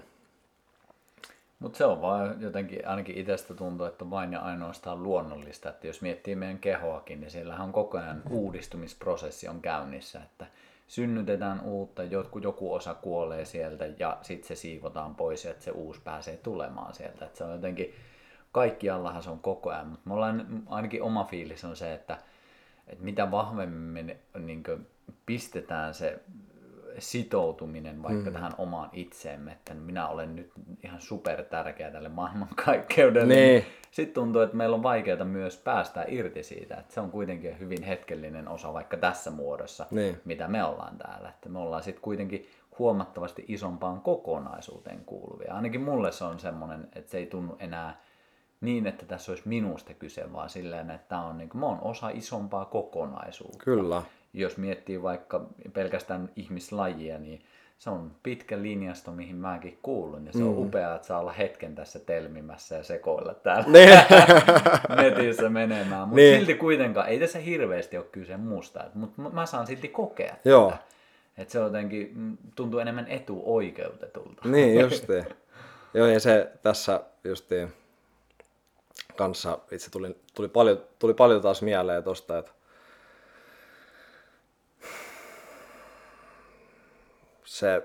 Mutta se on vaan jotenkin, ainakin itsestä tuntuu, että vain ja ainoastaan luonnollista, että jos miettii meidän kehoakin, niin siellähän on koko ajan uudistumisprosessi on käynnissä, että synnytetään uutta, joku, joku osa kuolee sieltä ja sitten se siivotaan pois ja että se uusi pääsee tulemaan sieltä, että se on jotenkin, kaikkiallahan se on koko ajan, mutta me ollaan, ainakin oma fiilis on se, että, että mitä vahvemmin me niin kuin pistetään se sitoutuminen vaikka mm. tähän omaan itseemme, että minä olen nyt ihan super tärkeä tälle maailmankaikkeudelle. Niin. Sitten tuntuu, että meillä on vaikeaa myös päästä irti siitä, että se on kuitenkin hyvin hetkellinen osa vaikka tässä muodossa, niin. mitä me ollaan täällä. Että me ollaan sitten kuitenkin huomattavasti isompaan kokonaisuuteen kuuluvia. Ainakin mulle se on semmoinen, että se ei tunnu enää niin, että tässä olisi minusta kyse, vaan silleen, että on niin kuin, mä oon osa isompaa kokonaisuutta. Kyllä. Jos miettii vaikka pelkästään ihmislajia, niin se on pitkä linjasto, mihin mäkin kuulun. Ja se mm. on upeaa, että saa olla hetken tässä telmimässä ja sekoilla täällä netissä menemään. Mutta niin. Silti kuitenkaan, ei tässä hirveästi ole kyse musta. Mutta mä saan silti kokea Joo. tätä. Että se jotenkin tuntuu enemmän etuoikeutetulta. Niin, justiin. Joo, ja se tässä justiin kanssa itse tuli, tuli, paljon, tuli paljon taas mieleen tosta, että se,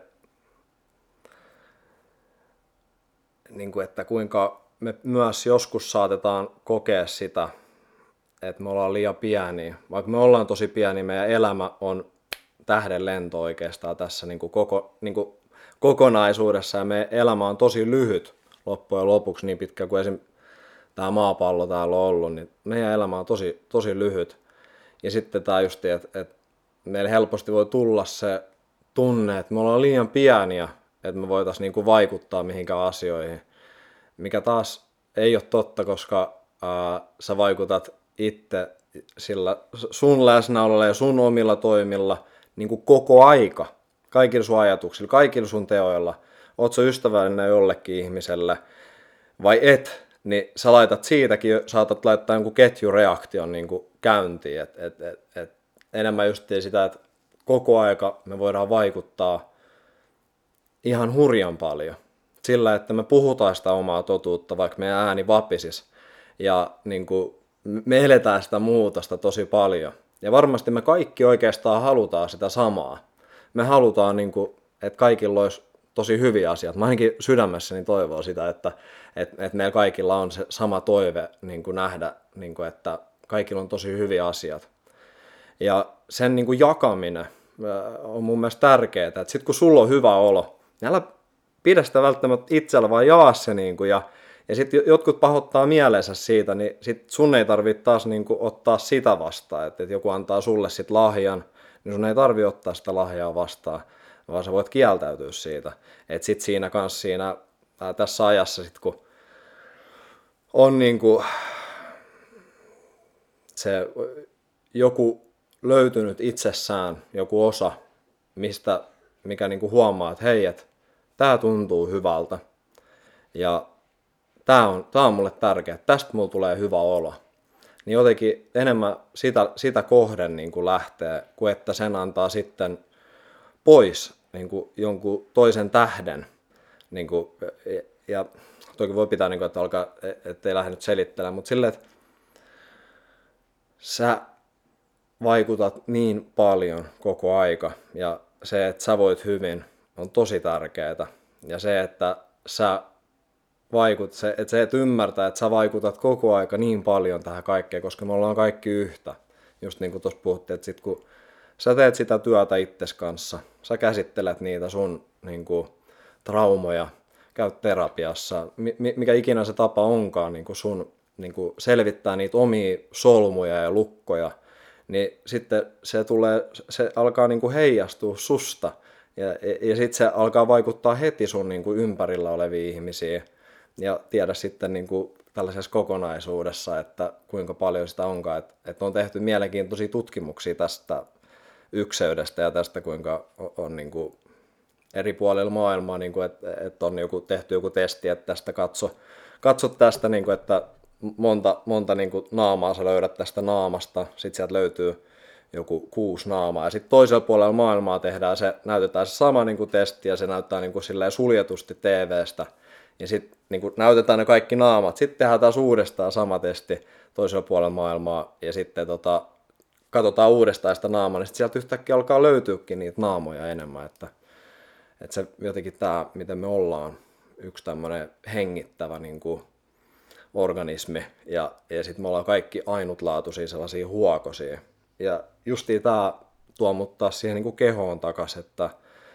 niin kuin, että kuinka me myös joskus saatetaan kokea sitä, että me ollaan liian pieniä. Vaikka me ollaan tosi pieniä, meidän elämä on tähden lento oikeastaan tässä niin kuin koko, niin kuin kokonaisuudessa ja meidän elämä on tosi lyhyt loppujen lopuksi niin pitkä kuin esim. Tämä maapallo täällä on ollut, niin meidän elämä on tosi, tosi lyhyt. Ja sitten tämä justi, että, että meille helposti voi tulla se tunne, että me ollaan liian pieniä, että me voitaisiin niinku vaikuttaa mihinkään asioihin, mikä taas ei ole totta, koska ää, sä vaikutat itse sillä sun läsnäololla ja sun omilla toimilla niinku koko aika, kaikilla sun ajatuksilla, kaikilla sun teoilla. Oot sä ystävällinen jollekin ihmiselle vai et, niin sä laitat siitäkin, saatat laittaa jonkun ketjureaktion niinku käyntiin, et, et, et, et enemmän just sitä, että koko aika me voidaan vaikuttaa ihan hurjan paljon sillä, että me puhutaan sitä omaa totuutta, vaikka meidän ääni vapisis. Ja niin kuin, me eletään sitä muutosta tosi paljon. Ja varmasti me kaikki oikeastaan halutaan sitä samaa. Me halutaan, niin kuin, että kaikilla olisi tosi hyviä asioita. Mä ainakin sydämessäni toivoo sitä, että, että, että meillä kaikilla on se sama toive niin kuin nähdä, niin kuin, että kaikilla on tosi hyviä asiat. Ja sen niin kuin jakaminen on mun mielestä tärkeää, että sit kun sulla on hyvä olo, niin älä pidä sitä välttämättä itsellä, vaan jaa se niin kuin, ja, ja sitten jotkut pahoittaa mielensä siitä, niin sit sun ei tarvitse taas niin kuin ottaa sitä vastaan, että, että joku antaa sulle sit lahjan, niin sun ei tarvitse ottaa sitä lahjaa vastaan, vaan sä voit kieltäytyä siitä. Että sit siinä kanssa siinä, ää, tässä ajassa sit kun on niin kuin se joku löytynyt itsessään, joku osa, mistä, mikä niinku huomaa, että hei, et, tää tuntuu hyvältä ja tää on, tää on mulle tärkeä, tästä mulla tulee hyvä olo. Niin jotenkin enemmän sitä, sitä kohden niinku lähtee, kuin että sen antaa sitten pois niinku jonkun toisen tähden. Niinku, ja toki voi pitää, niinku, että alkaa, ettei lähde nyt selittelemään, mutta silleen, että sä vaikutat niin paljon koko aika ja se, että sä voit hyvin, on tosi tärkeää. Ja se, että sä vaikut, se, että se, että ymmärtää, että sä vaikutat koko aika niin paljon tähän kaikkeen, koska me ollaan kaikki yhtä. Just niin kuin tuossa puhuttiin, että sit kun sä teet sitä työtä itses kanssa, sä käsittelet niitä sun niin kuin, traumoja, käyt terapiassa, mikä ikinä se tapa onkaan niin kuin sun niin kuin selvittää niitä omia solmuja ja lukkoja, niin sitten se, tulee, se alkaa niin kuin heijastua susta ja, ja sitten se alkaa vaikuttaa heti sun niin kuin ympärillä oleviin ihmisiin ja tiedä sitten niin kuin tällaisessa kokonaisuudessa, että kuinka paljon sitä onkaan. Että, että on tehty mielenkiintoisia tutkimuksia tästä ykseydestä ja tästä, kuinka on, on niin kuin eri puolilla maailmaa, niin kuin, että, että on joku, tehty joku testi, että tästä katso, katso tästä, niin kuin, että monta, monta niin kuin naamaa sä löydät tästä naamasta, sitten sieltä löytyy joku kuusi naamaa, ja sitten toisella puolella maailmaa tehdään se, näytetään se sama niin kuin testi, ja se näyttää niin kuin silleen suljetusti T V:stä, ja sitten niin kuin näytetään ne kaikki naamat, sitten tehdään taas uudestaan sama testi toisella puolella maailmaa, ja sitten tota, katsotaan uudestaan sitä naamaa, niin sitten sieltä yhtäkkiä alkaa löytyäkin niitä naamoja enemmän, että, että se jotenkin tämä, miten me ollaan, yksi tämmöinen hengittävä niin kuin organismi, ja, ja sitten me ollaan kaikki ainutlaatuisia sellaisia huokosia. Ja justiin tämä tuo mut taas siihen niin kuin kehoon takaisin, että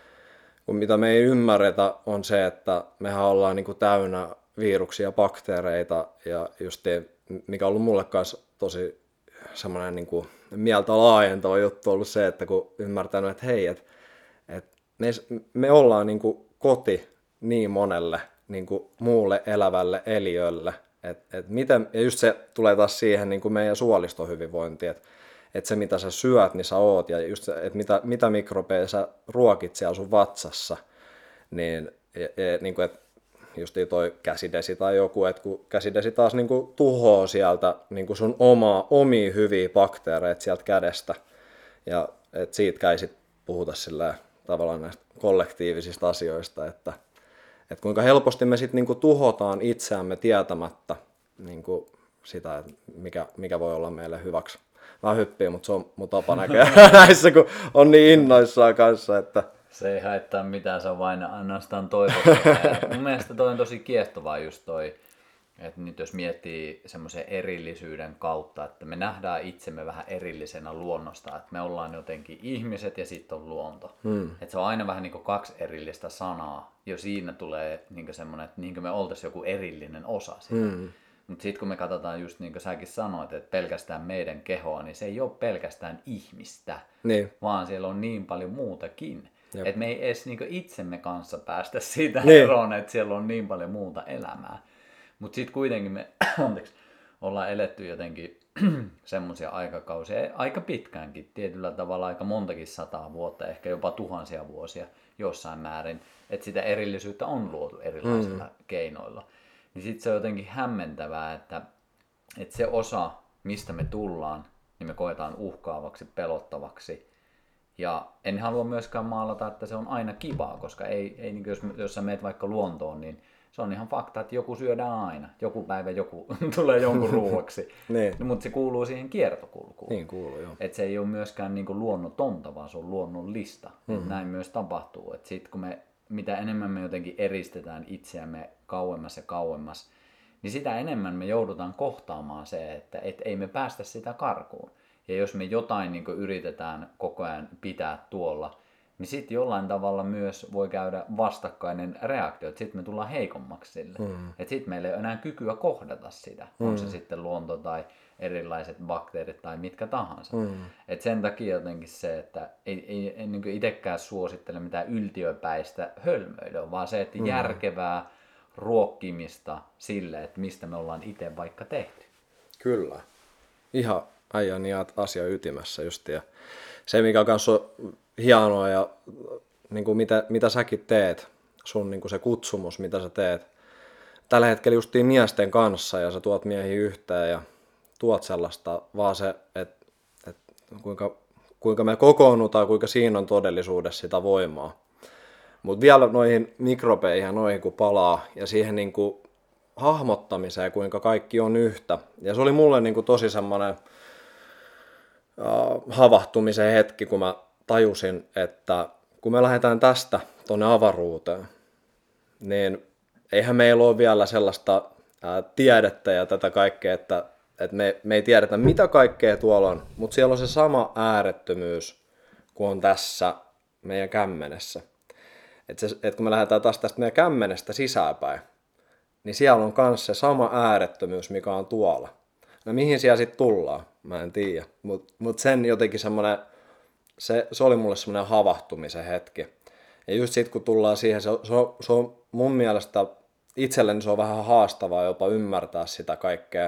kun mitä me ei ymmärretä on se, että mehän ollaan niin kuin täynnä viruksia ja bakteereita, ja justiin, mikä on ollut mulle kanssa tosi semmoinen niin kuin mieltä laajentava juttu ollut se, että kun ymmärtänyt, että hei, että, että me, me ollaan niin kuin koti niin monelle niin kuin muulle elävälle eliölle, että, että miten, ja just se tulee taas siihen niin kuin meidän suolistohyvinvointiin, että, että se mitä sä syöt, niin sä oot, ja just se, että mitä, mitä mikrobeja sä ruokit siellä sun vatsassa, niin, ja, ja, niin kuin, että justiin toi käsidesi tai joku, että kun käsidesi taas niin kuin tuhoaa sieltä niin kuin sun omaa, omia hyviä bakteereita sieltä kädestä, ja että siitä ei sit puhuta sillä tavallaan näistä kollektiivisista asioista, että, että kuinka helposti me sitten niin kuin tuhotaan itseämme tietämättä niin kuin sitä, että mikä, mikä voi olla meille hyväksi. Mä hyppii, mutta se on mun tapa näköä näissä, kun on niin innoissaan kanssa, että se ei haittaa mitään, se on vain ainoastaan toivottavaa. Mun mielestä toi on tosi kiehtovaa just toi, että nyt jos miettii semmoisen erillisyyden kautta, että me nähdään itsemme vähän erillisenä luonnosta, että me ollaan jotenkin ihmiset ja sitten on luonto. Hmm. Että se on aina vähän niin kuin kaksi erillistä sanaa, jo siinä tulee niin semmoinen, että niin me oltaisiin joku erillinen osa sitä. Hmm. Mutta sitten kun me katsotaan just niin kuin säkin sanoit, että pelkästään meidän kehoa, niin se ei ole pelkästään ihmistä, niin. Vaan siellä on niin paljon muutakin. Että me ei edes niinku itsemme kanssa päästä siitä niin. eroon, että siellä on niin paljon muuta elämää. Mutta sitten kuitenkin me anteeksi, ollaan eletty jotenkin semmoisia aikakausia, aika pitkäänkin, tietyllä tavalla aika montakin sataa vuotta, ehkä jopa tuhansia vuosia jossain määrin, että sitä erillisyyttä on luotu erilaisilla mm. keinoilla. Niin sitten se on jotenkin hämmentävää, että, että se osa, mistä me tullaan, niin me koetaan uhkaavaksi, pelottavaksi. Ja en halua myöskään maalata, että se on aina kivaa, koska ei, ei, niin jos, jos sä meet vaikka luontoon, niin se on ihan fakta, että joku syödään aina. Joku päivä joku tulee jonkun ruuaksi. niin. no, mutta se kuuluu siihen kiertokulkuun. Niin kuuluu, joo. Et se ei ole myöskään niin kuin luonnotonta, vaan se on luonnollista. Mm-hmm. Et näin myös tapahtuu. Et sit kun me, mitä enemmän me jotenkin eristetään itseämme kauemmas ja kauemmas, niin sitä enemmän me joudutaan kohtaamaan se, että et ei me päästä sitä karkuun. Ja jos me jotain niin kuin yritetään koko ajan pitää tuolla, niin sitten jollain tavalla myös voi käydä vastakkainen reaktio, että sitten me tullaan heikommaksi sille. Mm. Että sitten meillä ei ole enää kykyä kohdata sitä, mm. on se sitten luonto tai erilaiset bakteerit tai mitkä tahansa. Mm. Et sen takia jotenkin se, että ei, ei, ei niin itsekään suosittele mitään yltiöpäistä hölmöilyä, vaan se, että mm. järkevää ruokkimista sille, että mistä me ollaan itse vaikka tehty. Kyllä. Ihan aion niin asia ytimessä just. Ja se, mikä kanssa on hienoa ja niin kuin mitä, mitä säkin teet, sun niin kuin se kutsumus, mitä sä teet tällä hetkellä justiin miesten kanssa ja sä tuot miehiä yhteen ja tuot sellaista, vaan se, että, että kuinka, kuinka me kokoonnutaan, kuinka siinä on todellisuudessa sitä voimaa. Mutta vielä noihin mikrobeihin ja noihin kun palaa ja siihen niin kuin hahmottamiseen, kuinka kaikki on yhtä. Ja se oli mulle niin kuin tosi semmoinen uh, havahtumisen hetki, kun mä tajusin, että kun me lähdetään tästä tuonne avaruuteen, niin eihän meillä ole vielä sellaista uh, tiedettä ja tätä kaikkea, että, että me, me ei tiedetä mitä kaikkea tuolla on, mutta siellä on se sama äärettömyys kuin on tässä meidän kämmenessä. Että et kun me lähdetään taas tästä meidän kämmenestä sisäänpäin, niin siellä on myös se sama äärettömyys, mikä on tuolla. No mihin siellä sitten tullaan? Mä en tiedä. Mutta mut sen jotenkin semmoinen, se, se oli mulle semmoinen havahtumisen hetki. Ja just sit kun tullaan siihen, se, se, on, se on mun mielestä itselleni se on vähän haastavaa jopa ymmärtää sitä kaikkea,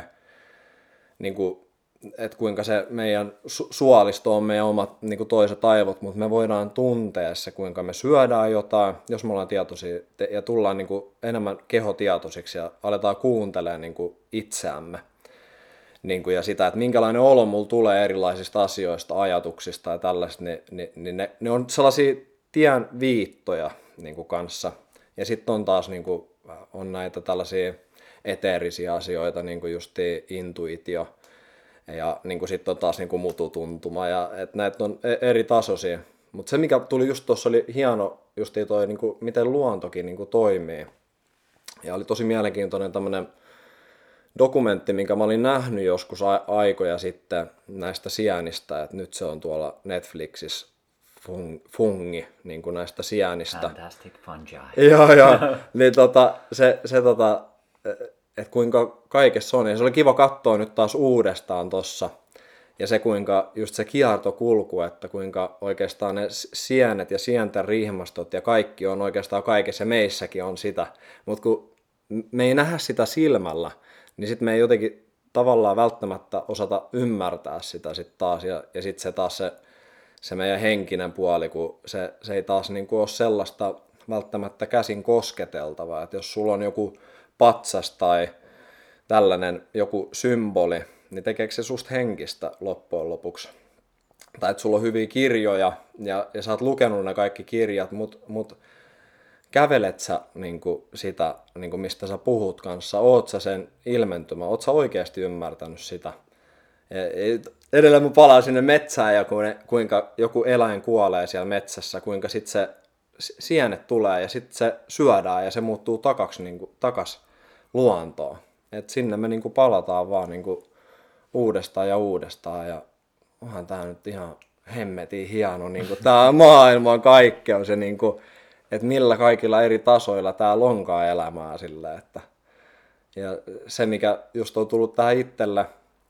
niin kuin, että kuinka se meidän su- suolisto on meidän omat niin kuin toiset aivot, mutta me voidaan tuntea se, kuinka me syödään jotain, jos me ollaan tietoisia ja tullaan niin kuin enemmän kehotietoisiksi ja aletaan kuuntelemaan niin kuin itseämme. Niin kuin, ja sitä, että minkälainen olo mulla tulee erilaisista asioista, ajatuksista ja tällaista, niin, niin, niin ne, ne on sellaisia tien viittoja niin kuin kanssa. Ja sitten on taas niin kuin, on näitä tällaisia eteerisiä asioita, niin kuin just intuitio, ja niin sitten on taas niin kuin mututuntuma, ja että näitä on eri tasoisia. Mutta se, mikä tuli just tuossa, oli hieno, just toi, niin kuin, miten luontokin niin kuin toimii. Ja oli tosi mielenkiintoinen tämmöinen dokumentti, minkä mä olin nähnyt joskus a- aikoja sitten näistä sienistä, että nyt se on tuolla Netflixissä fung, fungi, niin kuin näistä sienistä. Fantastic fungi. Joo, joo. Niin tota, se, se tota, että kuinka kaikessa on. Ja se oli kiva katsoa nyt taas uudestaan tossa. Ja se kuinka just se kiertokulku, että kuinka oikeastaan ne sienet ja sienten rihmastot ja kaikki on oikeastaan kaikessa ja meissäkin on sitä. Mutta kun me ei nähdä sitä silmällä, niin sitten me ei jotenkin tavallaan välttämättä osata ymmärtää sitä sitten taas. Ja, ja sitten se taas se, se meidän henkinen puoli, kun se, se ei taas niinku ole sellaista välttämättä käsin kosketeltavaa. Että jos sulla on joku patsas tai tällainen joku symboli, niin tekeekö se susta henkistä loppujen lopuksi? Tai että sulla on hyviä kirjoja ja, ja sä oot lukenut ne kaikki kirjat, mutta mut kävelet sä niin kuin sitä, niin kuin mistä sä puhut kanssa? Oot sä sen ilmentymä? Oot sä oikeasti ymmärtänyt sitä? Edelleen mä palaan sinne metsään ja kuinka joku eläin kuolee siellä metsässä, kuinka sitten se sienet tulee ja sitten se syödään ja se muuttuu takaksi, niin kuin, takas luontoon. Et sinne me niin kuin palataan vaan niin kuin uudestaan ja uudestaan ja onhan tää nyt ihan hemmetin hieno. Niin kuin tää maailman kaikkeus ja niin kuin, että millä kaikilla eri tasoilla täällä onkaan elämää sillä, että ja se mikä just on tullut tähän itselle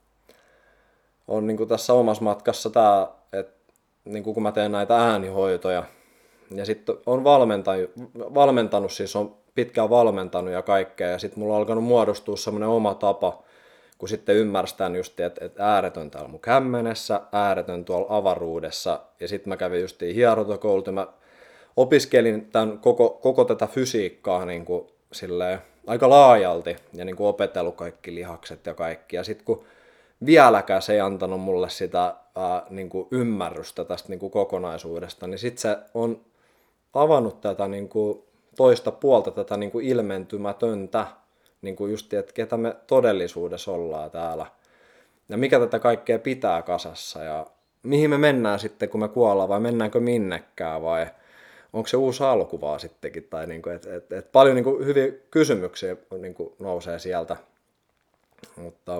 on niin kuin tässä omassa matkassa tämä, että niin kuin kun mä teen näitä äänihoitoja ja sitten on valmentanut, valmentanut, siis on pitkään valmentanut ja kaikkea ja sitten mulla on alkanut muodostua semmoinen oma tapa, kun sitten ymmärstän just, että, että ääretön täällä mun kämmenessä, ääretön tuolla avaruudessa ja sitten mä kävin justiin hierontakoulut ja mä opiskelin tämän koko, koko tätä fysiikkaa niin kuin silleen aika laajalti ja niin kuin opetellut kaikki lihakset ja kaikki. Ja sitten kun vieläkään se ei antanut mulle sitä ää, niin kuin ymmärrystä tästä niin kuin kokonaisuudesta, niin sitten se on tavannut tätä niin kuin toista puolta, tätä niin kuin ilmentymätöntä, niin kuin just, että ketä me todellisuudessa ollaan täällä. Ja mikä tätä kaikkea pitää kasassa ja mihin me mennään sitten, kun me kuollaan vai mennäänkö minnekään vai onko se uusi alku vaan sittenkin, tai niinku, et, et, et paljon niinku hyviä kysymyksiä niinku nousee sieltä, mutta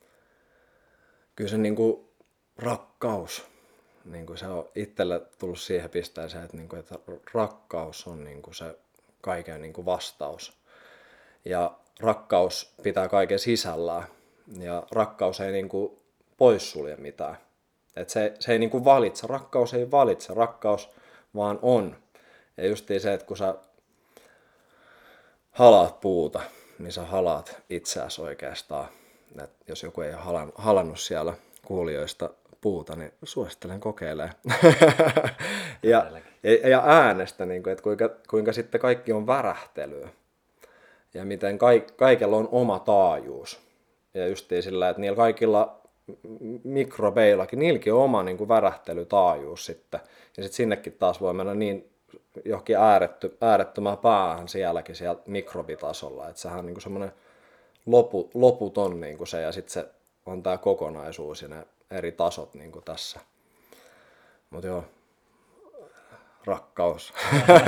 kyllä se niinku rakkaus, niinku se on itselle tullut siihen pisteeseen, että, niinku, että rakkaus on niinku se kaiken niinku vastaus, ja rakkaus pitää kaiken sisällään, ja rakkaus ei niinku poissulje mitään, et se, se ei niinku valitse, rakkaus ei valitse, rakkaus vaan on. Ja justiin se, että kun sä halaat puuta, niin sä halaat itseäsi oikeastaan. Et jos joku ei ole halannut siellä kuulijoista puuta, niin suosittelen kokeilemaan. ja, ja, ja äänestä, niin kuin, että kuinka, kuinka sitten kaikki on värähtelyä. Ja miten kaik, kaikella on oma taajuus. Ja justiin sillä, että niillä kaikilla mikrobeillakin, niilläkin on oma niin kuin värähtelytaajuus sitten. Ja sitten sinnekin taas voi mennä niin johonkin ääretty, äärettömään päähän sielläkin siellä mikrobitasolla. Että sehän on niin kuin semmoinen lopu, loputon niin kuin se, ja sitten se on tämä kokonaisuus ja ne eri tasot niin kuin tässä. Mutta joo, rakkaus.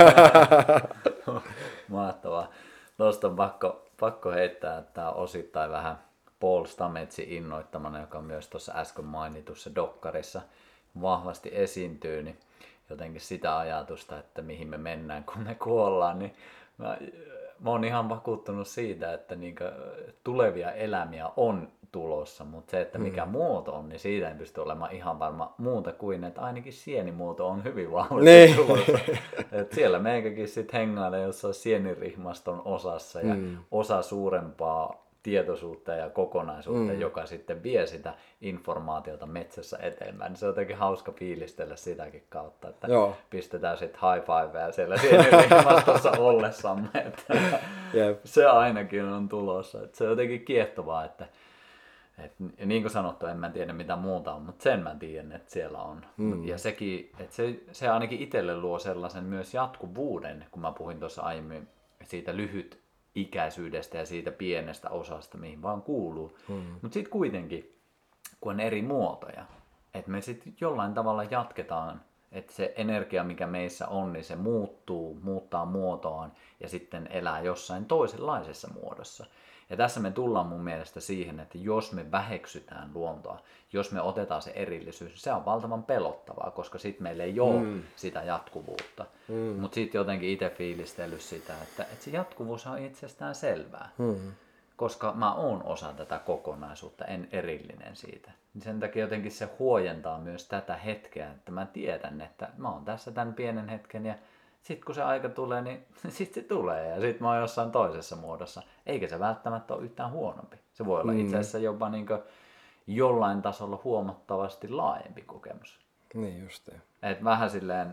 Mahtavaa. Tuosta on pakko, pakko heittää, että tämä on osittain vähän Paul Stamets innoittamana, joka myös tuossa äsken mainitussa dokkarissa vahvasti esiintyy, niin jotenkin sitä ajatusta, että mihin me mennään, kun me kuollaan, niin mä, mä oon ihan vakuuttunut siitä, että niinku tulevia elämiä on tulossa, mutta se, että mikä mm. muoto on, niin siitä ei pysty olemaan ihan varma muuta kuin, että ainakin sienimuoto on hyvin vahvasti niin. tulossa. Et siellä meikäkin sitten hengailee jossain sienirihmaston osassa ja mm. osa suurempaa tietoisuutta ja kokonaisuutta, mm. joka sitten vie sitä informaatiota metsässä eteenpäin. Se on jotenkin hauska fiilistellä sitäkin kautta, että Joo. pistetään sitten high fivea siellä sienirihmastossa ollessamme. Että yep. Se ainakin on tulossa. Että se on jotenkin kiehtovaa, että et, niin kuin sanottu, en mä tiedä mitä muuta on, mutta sen mä tiedän, että siellä on. Mm. Ja sekin, että se, se ainakin itselle luo sellaisen myös jatkuvuuden, kun mä puhuin tuossa aiemmin siitä lyhyt ikäisyydestä ja siitä pienestä osasta, mihin vaan kuuluu. Mm. Mutta sitten kuitenkin, kun on eri muotoja, että me sitten jollain tavalla jatketaan, että se energia, mikä meissä on, niin se muuttuu, muuttaa muotoaan ja sitten elää jossain toisenlaisessa muodossa. Ja tässä me tullaan mun mielestä siihen, että jos me väheksytään luontoa, jos me otetaan se erillisyys, se on valtavan pelottavaa, koska sitten meillä ei ole mm. sitä jatkuvuutta. Mm. Mutta sitten jotenkin itse fiilistellyt sitä, että, että se jatkuvuus on itsestään selvää, mm. koska mä oon osa tätä kokonaisuutta, en erillinen siitä. Sen takia jotenkin se huojentaa myös tätä hetkeä, että mä tiedän, että mä oon tässä tämän pienen hetken ja sitten kun se aika tulee, niin sitten se tulee ja sitten mä oon jossain toisessa muodossa. Eikä se välttämättä ole yhtään huonompi. Se voi olla mm. itse asiassa jopa niin jollain tasolla huomattavasti laajempi kokemus. Niin just. Et vähän silleen,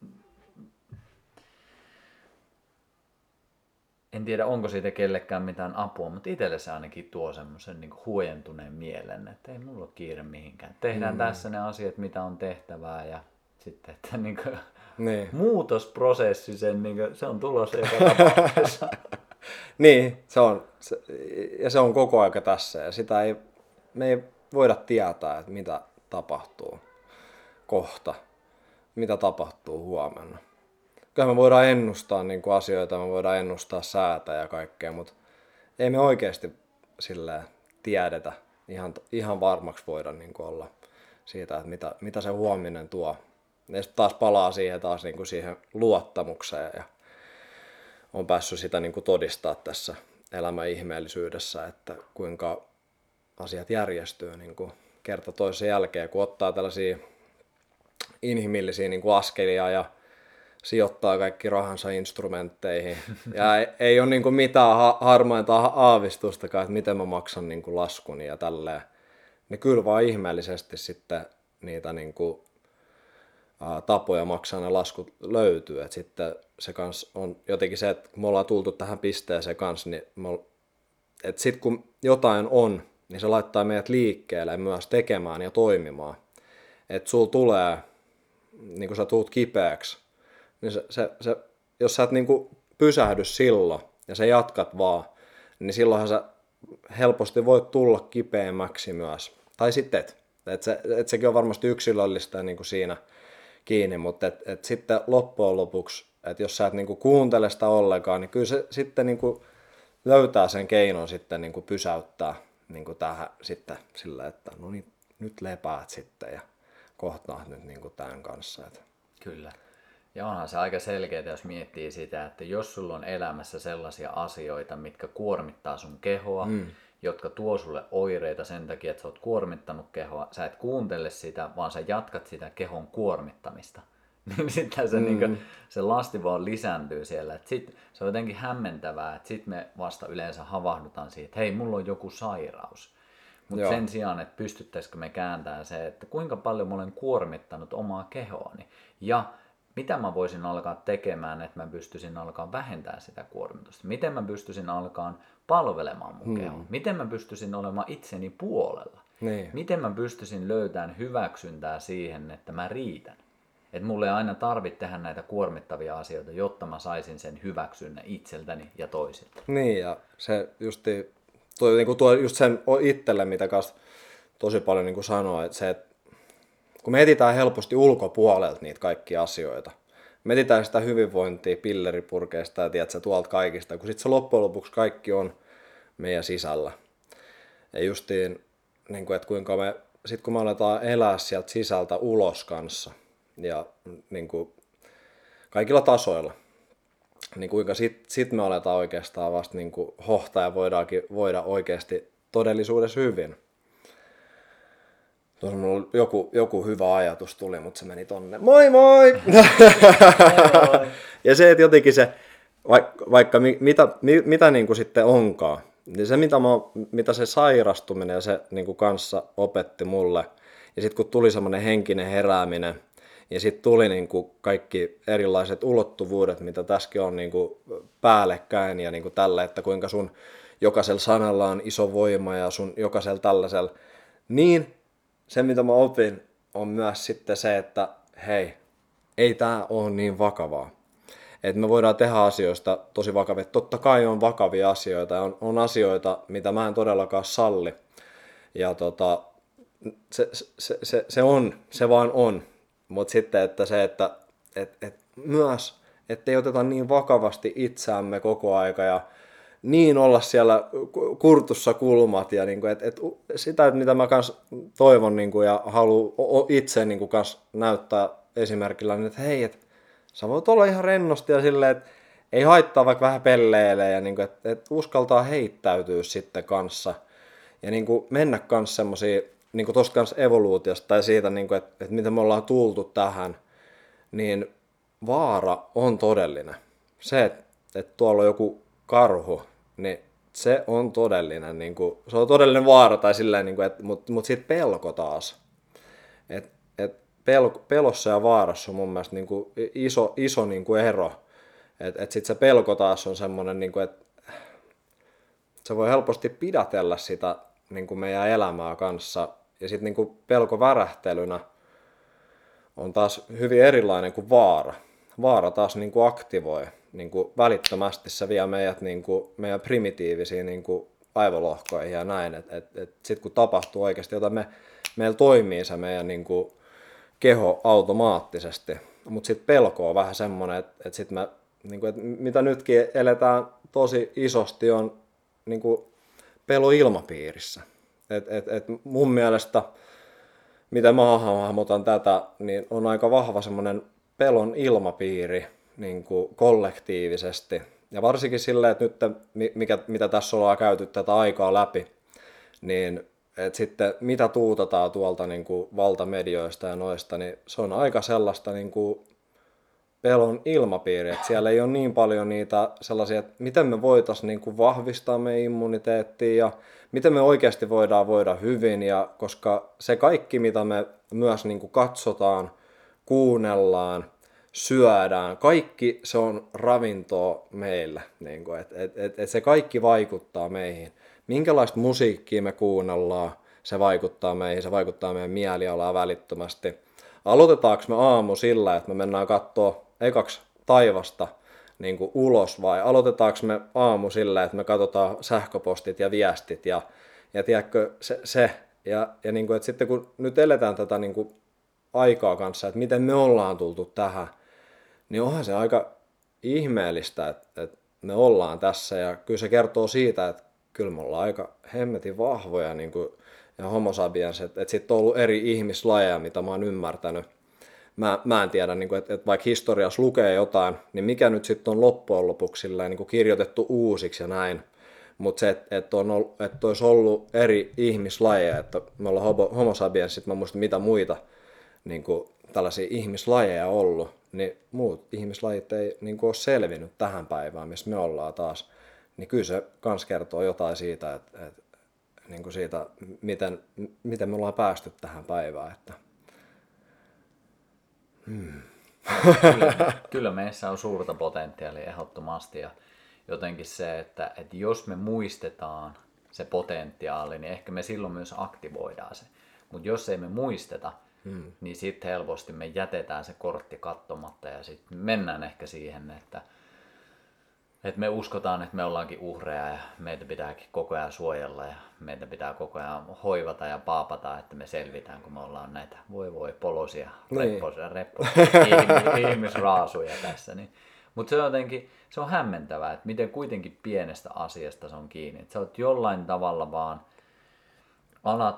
en tiedä onko siitä kellekään mitään apua, mutta itselle se ainakin tuo semmoisen niin huojentuneen mielen, että ei mulla ole kiire mihinkään. Tehdään mm. tässä ne asiat, mitä on tehtävää ja sitten, että niin kuin niin. muutosprosessi, sen, niin kuin, se on tulossa joka tapauksessa. Niin, se on, se, ja se on koko aika tässä ja sitä ei, me ei voida tietää, että mitä tapahtuu kohta, mitä tapahtuu huomenna. Kyllä me voidaan ennustaa niin kuin asioita, me voidaan ennustaa säätä ja kaikkea, mutta ei me oikeasti silleen tiedetä, ihan, ihan varmaksi voida niin kuin olla siitä, että mitä, mitä se huominen tuo. Ja sitten taas palaa siihen, taas niin kuin siihen luottamukseen ja on päässyt sitä niin kuin todistaa tässä elämän ihmeellisyydessä, että kuinka asiat järjestyy niin kuin kerta toisen jälkeen, kun ottaa tällaisia inhimillisiä niin kuin askelia ja sijoittaa kaikki rahansa instrumentteihin. Ja ei, ei ole niin kuin mitään ha- harmainta aavistustakaan, että miten mä maksan niin kuin laskuni ja tälleen. Niin kyllä vaan ihmeellisesti sitten niitä niin kuin, ää, tapoja maksaa ne laskut löytyy. Et sitten se kans on jotenkin se, että kun me ollaan tultu tähän pisteeseen kanssa, niin että sitten kun jotain on, niin se laittaa meidät liikkeelle myös tekemään ja toimimaan. Että sulla tulee, niin kun sä tuut kipeäksi, niin se, se, se, jos sä et niin kuin pysähdy silloin ja sä jatkat vaan, niin silloinhan sä helposti voit tulla kipeämmäksi myös. Tai sitten et. Et se, et sekin on varmasti yksilöllistä niin kuin siinä kiinni, mutta et, et sitten loppujen lopuksi, että jos sä et niin kuin kuuntele sitä ollenkaan, niin kyllä se sitten niin kuin löytää sen keinon sitten niin kuin pysäyttää niin kuin tähän sitten sillä, että no niin, nyt lepäät sitten ja kohtaat nyt niin kuin tämän kanssa. Että. Kyllä. Ja onhan se aika selkeää, jos miettii sitä, että jos sulla on elämässä sellaisia asioita, mitkä kuormittaa sun kehoa, mm. jotka tuo sulle oireita sen takia, että sä oot kuormittanut kehoa, sä et kuuntele sitä, vaan sä jatkat sitä kehon kuormittamista. Niin sitten se, mm. niin se lasti vaan lisääntyy siellä. Et sit, se on jotenkin hämmentävää, että sitten me vasta yleensä havahdutaan siihen, että hei, mulla on joku sairaus. Mutta sen sijaan, että pystyttäisikö me kääntämään se, että kuinka paljon mä olen kuormittanut omaa kehoani. Ja mitä mä voisin alkaa tekemään, että mä pystyisin alkaa vähentämään sitä kuormitusta? Miten mä pystyisin alkaa palvelemaan mun hmm. kehoa? Miten mä pystyisin olemaan itseni puolella? Niin. Miten mä pystyisin löytämään hyväksyntää siihen, että mä riitän? Että mulle ei aina tarvitse tehdä näitä kuormittavia asioita, jotta mä saisin sen hyväksynnän itseltäni ja toisilta. Niin, ja se justi, tuo, niin kuin tuo just sen itselle, mitä kanssa tosi paljon niin kuin sanoo, että se, että kun me etsitään helposti ulkopuolelta niitä kaikkia asioita, me etsitään sitä hyvinvointia pilleripurkeista ja tiedätkö, tuolta kaikista, kun sitten se loppujen lopuksi kaikki on meidän sisällä. Ja justiin, niin kuin, että kuinka me, sit kun me aletaan elää sieltä sisältä ulos kanssa, ja niin kuin kaikilla tasoilla. Niin kuinka sit, sit me aletaan oikeastaan vasta niin kuin hohtaa ja voidaankin voida oikeasti todellisuudessa hyvin. Tuossa mulla joku, joku hyvä ajatus tuli, mutta se meni tonne. Moi moi! Ja se, että jotenkin se, vaikka, vaikka mi, mitä, mi, mitä niin kuin sitten onkaan, niin se mitä, mä, mitä se sairastuminen ja se niin kuin kanssa opetti mulle, ja sitten kun tuli semmoinen henkinen herääminen, ja sitten tuli niin kuin kaikki erilaiset ulottuvuudet, mitä tässäkin on niin kuin päällekkäin ja niin kuin tällä, että kuinka sun jokaisella sanalla on iso voima ja sun jokaisella tällaisella, niin se, mitä mä opin, on myös sitten se, että hei, ei tää ole niin vakavaa. Että me voidaan tehdä asioista tosi vakavia. Totta kai on vakavia asioita, on, on asioita, mitä mä en todellakaan salli. Ja tota, se, se, se, se on, se vaan on. Mutta sitten, että se, että et, et myös, ettei oteta niin vakavasti itseämme koko aika ja niin olla siellä kurtussa kulmat ja niinku, et, et, sitä, mitä mä kans toivon niinku, ja haluan itse niinku, kans näyttää esimerkillä, niin että hei, et, sä voit olla ihan rennosti ja silleen, että ei haittaa vaikka vähän pelleille ja niinku, että et uskaltaa heittäytyä sitten kanssa ja niinku, mennä kans semmosia niinku tosta kans evoluutiosta tai siitä, niinku, että et miten me ollaan tultu tähän, niin vaara on todellinen. Se, että et tuolla on joku karhu, niin se on todellinen, niin kuin, se on todellinen vaara, tai silleen, niin kuin, et, mutta mut sitten pelko taas. Et, et pelko, pelossa ja vaarassa on mun mielestä niin kuin iso, iso niin kuin ero. Että et sitten se pelko taas on semmoinen, niin kuin, että se voi helposti pidätellä sitä niin kuin meidän elämää kanssa. Ja sitten niin pelko värähtelynä on taas hyvin erilainen kuin vaara. Vaara taas niin kuin aktivoi. Niin kuin välittömästi se vie meidät niin kuin, meidän primitiivisiin niin kuin aivolohkoihin ja näin. Et, et, et sitten kun tapahtuu oikeasti jotain, me, meillä toimii se meidän niin kuin keho automaattisesti. Mutta sitten pelko on vähän semmoinen, että et sit me, niin kuin, et mitä nytkin eletään tosi isosti, on niin kuin pelo ilmapiirissä. Et, et, et mun mielestä, mitä mä hahmotan tätä, niin on aika vahva semmoinen pelon ilmapiiri niin kuin kollektiivisesti. Ja varsinkin silleen, että nyt mikä, mitä tässä ollaan käyty tätä aikaa läpi, niin että sitten mitä tuutataan tuolta niin kuin valtamedioista ja noista, niin se on aika sellaista niin kuin pelon ilmapiiriä. Että siellä ei ole niin paljon niitä sellaisia, että miten me voitaisiin niin kuin vahvistaa meidän immuniteettia ja miten me oikeasti voidaan voida hyvin. Ja koska se kaikki, mitä me myös niin kuin katsotaan, kuunnellaan, syödään, kaikki se on ravintoa meille, niin kuin, et, et, et, et se kaikki vaikuttaa meihin. Minkälaista musiikkia me kuunnellaan, se vaikuttaa meihin, se vaikuttaa meidän mielialaan välittömästi. Aloitetaanko me aamu sillä, että me mennään katsoa ekaksi taivasta niin kuin ulos, vai aloitetaanko me aamu sillä, että me katsotaan sähköpostit ja viestit ja, ja tiedätkö, se, se ja, ja niin kuin, että sitten kun nyt eletään tätä niin kuin aikaa kanssa, että miten me ollaan tultu tähän, niin onhan se aika ihmeellistä, että, että me ollaan tässä ja kyllä se kertoo siitä, että kyllä me ollaan aika hemmetin vahvoja niin kuin, ja homo sapiens, että, että sitten on ollut eri ihmislajeja, mitä mä oon ymmärtänyt. Mä, mä en tiedä, niin kuin, että, että vaikka historiassa lukee jotain, niin mikä nyt sitten on loppujen lopuksi silleen, niin kuin kirjoitettu uusiksi ja näin. Mutta se, että, että, on ollut, että olisi ollut eri ihmislajeja, että me ollaan homo, homo sapiens, sitten mä muistan mitä muita niin kuin tällaisia ihmislajeja ollut, niin muut ihmislajit ei niin kuin ole selvinnyt tähän päivään, missä me ollaan taas. Niin kyllä se kans kertoo jotain siitä, että, että niin kuin siitä, miten, miten me ollaan päästy tähän päivään. Että. Hmm. Kyllä, kyllä meissä on suurta potentiaalia ehdottomasti ja jotenkin se, että, että jos me muistetaan se potentiaali, niin ehkä me silloin myös aktivoidaan se. Mutta jos ei me muisteta, Hmm. niin sitten helposti me jätetään se kortti katsomatta ja sitten mennään ehkä siihen, että, että me uskotaan, että me ollaankin uhreja ja meitä pitääkin koko ajan suojella ja meitä pitää koko ajan hoivata ja paapata, että me selvitään, kun me ollaan näitä voi voi polosia, niin. repposia, repposia ihmisraasuja tässä. Niin. Mutta se on jotenkin, se on hämmentävää, että miten kuitenkin pienestä asiasta se on kiinni. Että sä oot jollain tavalla vaan alat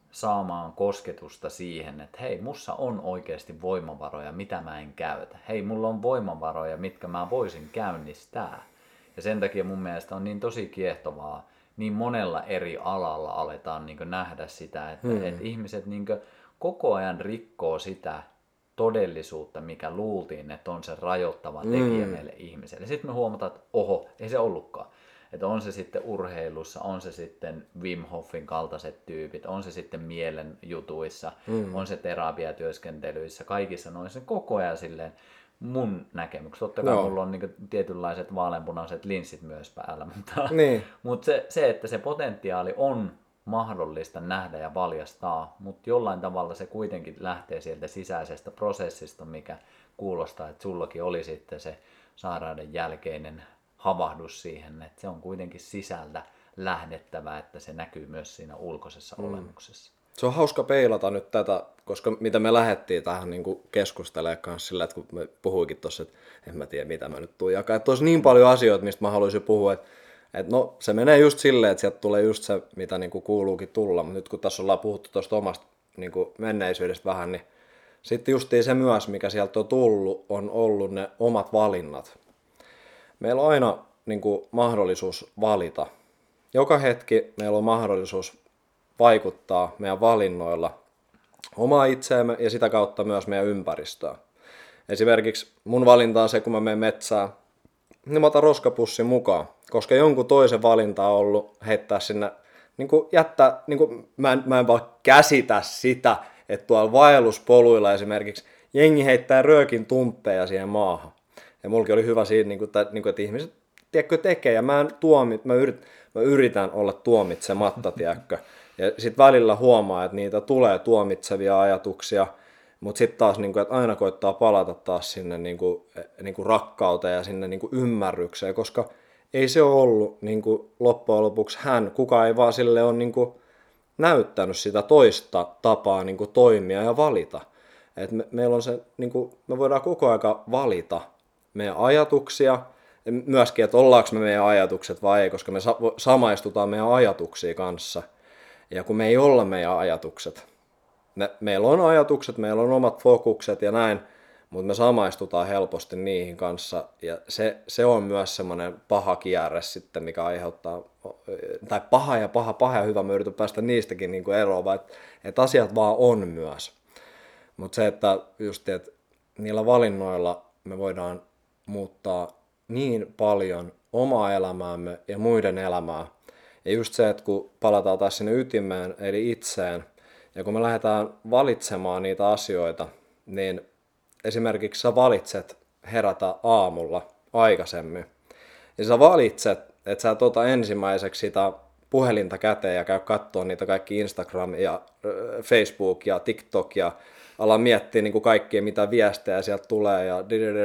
saamaan kosketusta siihen, että hei, mussa on oikeasti voimavaroja, mitä mä en käytä. Hei, mulla on voimavaroja, mitkä mä voisin käynnistää. Ja sen takia mun mielestä on niin tosi kiehtovaa, niin monella eri alalla aletaan niin kuin nähdä sitä, että, hmm. että ihmiset niin kuin koko ajan rikkoo sitä todellisuutta, mikä luultiin, että on se rajoittava tekijä hmm. meille ihmiselle. Sitten me huomataan, että oho, ei se ollutkaan. Että on se sitten urheilussa, on se sitten Wim Hofin kaltaiset tyypit, on se sitten mielen jutuissa, hmm. on se terapiatyöskentelyissä, kaikissa noissa koko ajan silleen mun näkemykset. Totta kai no. mulla on niinku tietynlaiset vaaleanpunaiset linssit myös päällä, mutta, niin. mutta se, se, että se potentiaali on mahdollista nähdä ja valjastaa, mutta jollain tavalla se kuitenkin lähtee sieltä sisäisestä prosessista, mikä kuulostaa, että sullakin oli sitten se sairauden jälkeinen havahdus siihen, että se on kuitenkin sisältä lähdettävä, että se näkyy myös siinä ulkoisessa mm. olemuksessa. Se on hauska peilata nyt tätä, koska mitä me lähdettiin tähän niin keskustelemaan kanssa sillä, että kun me puhuikin tuossa, että en mä tiedä mitä mä nyt tuun jakaa, että olisi niin paljon asioita, mistä mä haluaisin puhua, että, että no se menee just silleen, että sieltä tulee just se, mitä niin kuin kuuluukin tulla, mutta nyt kun tässä ollaan puhuttu tuosta omasta niin kuin menneisyydestä vähän, niin sitten justiin se myös, mikä sieltä on tullut, on ollut ne omat valinnat. Meillä on aina niin kuin mahdollisuus valita. Joka hetki meillä on mahdollisuus vaikuttaa meidän valinnoilla omaa itseämme ja sitä kautta myös meidän ympäristöä. Esimerkiksi mun valinta on se, kun mä menen metsään, niin mä otan roskapussin mukaan, koska jonkun toisen valinta on ollut heittää sinne, niin kuin jättää, niin kuin, mä, en, mä en vaan käsitä sitä, että tuolla vaelluspoluilla esimerkiksi jengi heittää röökin tumppeja siihen maahan. Ja mullakin oli hyvä siinä, niin kuin, että, niin kuin, että ihmiset tiedätkö, tekee, ja mä, en tuomi, mä, yrit, mä yritän olla tuomitsematta, tiedätkö. Ja sitten välillä huomaa, että niitä tulee tuomitsevia ajatuksia, mutta sitten taas, niin kuin, että aina koittaa palata taas sinne niin kuin, niin kuin rakkauteen ja sinne niin kuin ymmärrykseen, koska ei se ole ollut niin kuin loppujen lopuksi hän, kuka ei vaan sille ole niin kuin näyttänyt sitä toista tapaa niin kuin toimia ja valita. Et me, meillä on se, niin kuin, me voidaan koko aika valita meidän ajatuksia, myöskin, että ollaanko me meidän ajatukset vai ei, koska me samaistutaan meidän ajatuksia kanssa. Ja kun me ei olla meidän ajatukset, me, meillä on ajatukset, meillä on omat fokukset ja näin, mutta me samaistutaan helposti niihin kanssa. Ja se, se on myös semmoinen paha kierre sitten, mikä aiheuttaa, tai paha ja paha, paha ja hyvä, me yritän päästä niistäkin niin kuin eroon, vaan että, että asiat vaan on myös. Mutta se, että just, että niillä valinnoilla me voidaan muuttaa niin paljon omaa elämäämme ja muiden elämää. Ja just se, että kun palataan taas sinne ytimeen, eli itseen, ja kun me lähdetään valitsemaan niitä asioita, niin esimerkiksi sä valitset herätä aamulla aikaisemmin. Ja sä valitset, että sä et ota ensimmäiseksi sitä puhelinta käteen ja käy katsoa niitä kaikki Instagram ja Facebook ja TikTok ja ala miettiä niin kuin kaikkia, mitä viestejä sieltä tulee ja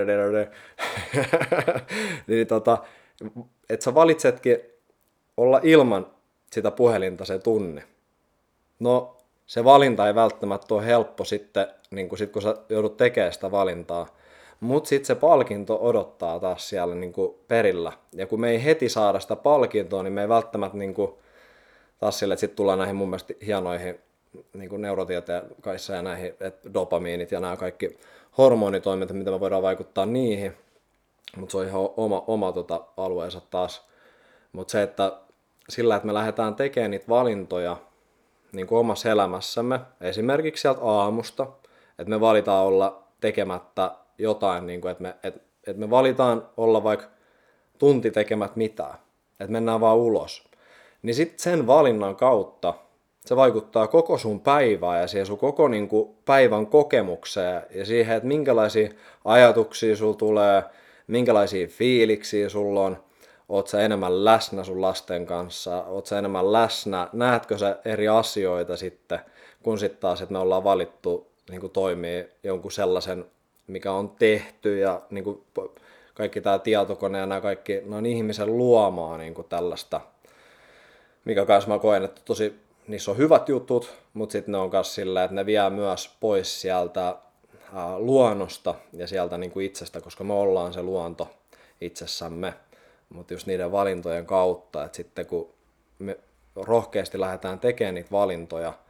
niin tota, että sä valitsetkin olla ilman sitä puhelinta se tunni. No, se valinta ei välttämättä ole helppo sitten, niin kuin sit, kun sä joudut tekemään sitä valintaa, mutta sitten se palkinto odottaa taas siellä niin kuin perillä. Ja kun me ei heti saada sitä palkintoa, niin me ei välttämättä niin kuin, taas sille, että sitten tullaan näihin mun mielestä hienoihin niin kuin neurotieteen kanssa ja näihin, että dopamiinit ja nämä kaikki hormonitoiminta, mitä me voidaan vaikuttaa niihin, mutta se on ihan oma, oma tota alueensa taas. Mutta se, että sillä, että me lähdetään tekemään niitä valintoja niin kuin omassa elämässämme, esimerkiksi sieltä aamusta, että me valitaan olla tekemättä jotain, niin kuin, että, me, että, että me valitaan olla vaikka tunti tekemät mitään, että mennään vaan ulos, niin sitten sen valinnan kautta se vaikuttaa koko sun päivään ja siihen sun koko niin kuin, päivän kokemukseen ja siihen, että minkälaisia ajatuksia sulla tulee, minkälaisia fiiliksiä sulla on, oot sä enemmän läsnä sun lasten kanssa, oot sä enemmän läsnä, näetkö sä eri asioita sitten, kun sitten taas, että me ollaan valittu niin kuin toimii jonkun sellaisen, mikä on tehty ja niin kuin, kaikki tämä tietokone ja nämä kaikki, ne on ihmisen luomaa niin kuin tällaista, mikä kanssa mä koen, että tosi niissä on hyvät jutut, mutta sitten ne on myös sillä, että ne vie myös pois sieltä ää, luonnosta ja sieltä niin kuin itsestä, koska me ollaan se luonto itsessämme. Mutta just niiden valintojen kautta, että sitten kun me rohkeasti lähdetään tekemään niitä valintoja,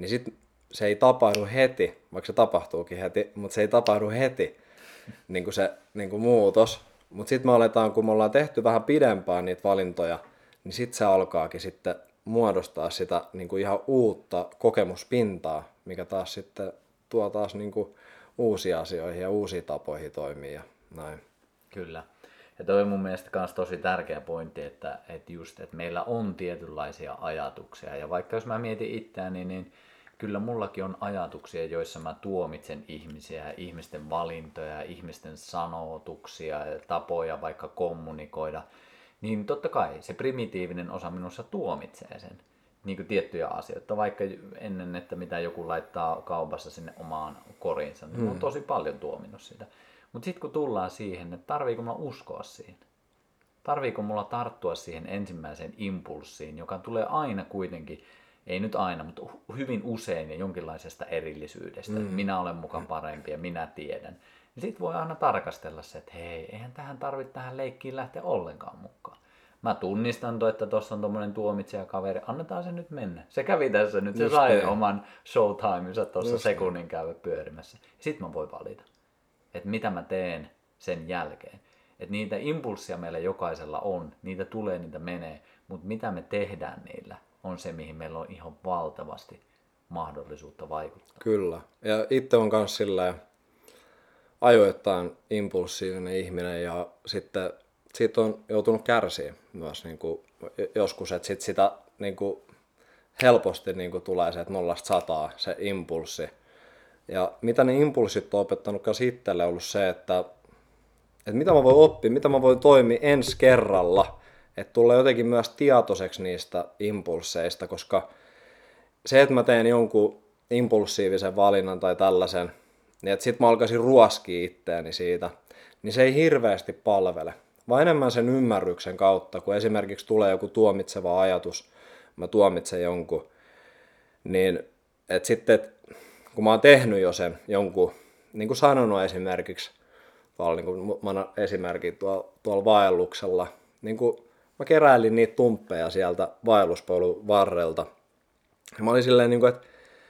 niin sit se ei tapahdu heti, vaikka se tapahtuukin heti, mutta se ei tapahdu heti niin kuin se niin kuin muutos. Mutta sitten me aletaan, kun me ollaan tehty vähän pidempään niitä valintoja, niin sitten se alkaakin sitten muodostaa sitä niin kuin ihan uutta kokemuspintaa, mikä taas sitten tuo taas niin kuin uusia asioihin ja uusiin tapoihin toimia ja näin. Kyllä. Ja toi on mun mielestä myös tosi tärkeä pointti, että, että just, että meillä on tietynlaisia ajatuksia. Ja vaikka jos mä mietin itseäni, niin kyllä mullakin on ajatuksia, joissa mä tuomitsen ihmisiä ja ihmisten valintoja ja ihmisten sanotuksia ja tapoja vaikka kommunikoida. Niin totta kai se primitiivinen osa minussa tuomitsee sen. Niin kuin tiettyjä asioita, vaikka ennen, että mitä joku laittaa kaupassa sinne omaan koriinsa, niin hmm. on tosi paljon tuominut sitä. Mutta sitten kun tullaan siihen, että tarviiko mä uskoa siihen? Tarviiko mulla tarttua siihen ensimmäiseen impulssiin, joka tulee aina kuitenkin, ei nyt aina, mutta hyvin usein ja jonkinlaisesta erillisyydestä. Mm. Minä olen mukaan parempi ja minä tiedän. Ja sitten voi aina tarkastella se, että hei, eihän tähän tarvitse tähän leikkiin lähteä ollenkaan mukaan. Mä tunnistan to, että tuossa on tommonen tuomitsejakaveri, annetaan se nyt mennä. Se kävi tässä nyt, se Just sai ei. oman showtimeinsa tuossa sekunnin käydä pyörimässä. Sitten mä voin valita, että mitä mä teen sen jälkeen. Että niitä impulssia meillä jokaisella on, niitä tulee, niitä menee, mutta mitä me tehdään niillä on se, mihin meillä on ihan valtavasti mahdollisuutta vaikuttaa. Kyllä, ja itse on myös silleen ajoittain impulsiivinen ihminen ja sitten siitä on joutunut kärsiä myös niin kuin joskus, että sit sitä niin kuin helposti niin kuin tulee se, että nollasta sataa se impulssi. Ja mitä ne impulssit on opettanut myös itselle ollut se, että, että mitä mä voin oppia, mitä mä voin toimia ensi kerralla, että tulee jotenkin myös tietoiseksi niistä impulseista, koska se, että mä teen jonkun impulsiivisen valinnan tai tällaisen, niin että sit mä alkaisin ruoskia itteeni siitä, niin se ei hirveästi palvele, vaan enemmän sen ymmärryksen kautta, kun esimerkiksi tulee joku tuomitseva ajatus, mä tuomitsen jonkun, niin että sitten, et, kun mä oon tehnyt jo sen jonkun, niin kuin sanonut esimerkiksi, tuolla, niin kuin mä annan esimerkin tuolla, tuolla vaelluksella, niin kuin mä keräilin niitä tumppeja sieltä vaelluspolun varrelta. Ja mä olin silleen, niin kuin, että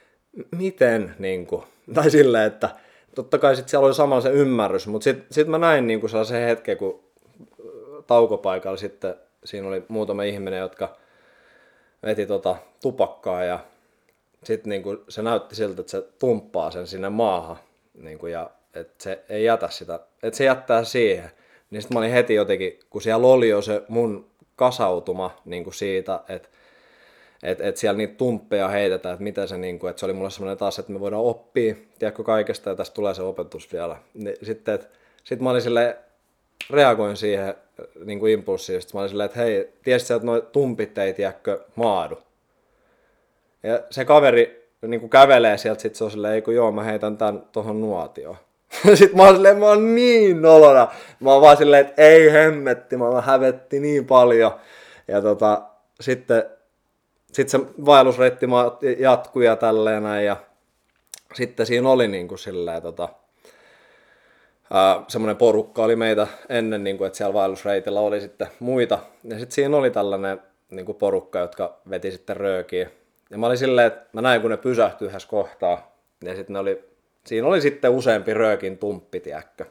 miten, niin kuin, tai silleen, että totta kai sit siellä oli samalla se ymmärrys, mutta sitten sit mä näin niin kuin sellaisen hetken, kun taukopaikalla sitten siinä oli muutama ihminen, jotka veti tota tupakkaa ja sitten niin kuin se näytti siltä, että se tumppaa sen sinne maahan niin kuin, ja että se ei jätä sitä, että se jättää siihen. Niin sitten mä olin heti jotenkin, kun siellä oli jo se mun kasautuma niin kuin siitä, että että et siellä niitä tumppeja heitetään, että miten se, niin kuin, että se oli mulle semmoinen taas, että me voidaan oppia, tiedätkö, kaikesta ja tästä tulee se opetus vielä. Niin sitten et, sit mä olin silleen, reagoin siihen niin kuin impulsiivisesti, mä olin silleen, että hei, tiesit sä, että noi tumpit ei, tiedätkö, maadu. Ja se kaveri niin kuin kävelee sieltä, sit se on silleen, ei kun joo, mä heitän tän tohon nuotioon. Sitten mä oon silleen, mä oon niin nolona. Mä oon vaan silleen, että ei hemmetti, mä oon hävetti niin paljon. Ja tota, sitten sit se vaellusreitti jatkui ja tälleen näin. Ja sitten siinä oli niin kuin silleen, tota, ää, semmoinen porukka oli meitä ennen, niin kuin, että siellä vaellusreitillä oli sitten muita. Ja sitten siinä oli tällainen niin kuin porukka, jotka veti sitten röökiä. Ja mä olin silleen, että mä näin, kun ne pysähtyi yhdessä kohtaa. Ja sitten ne oli, siinä oli sitten useampi röökin tumppi, tiedätkö.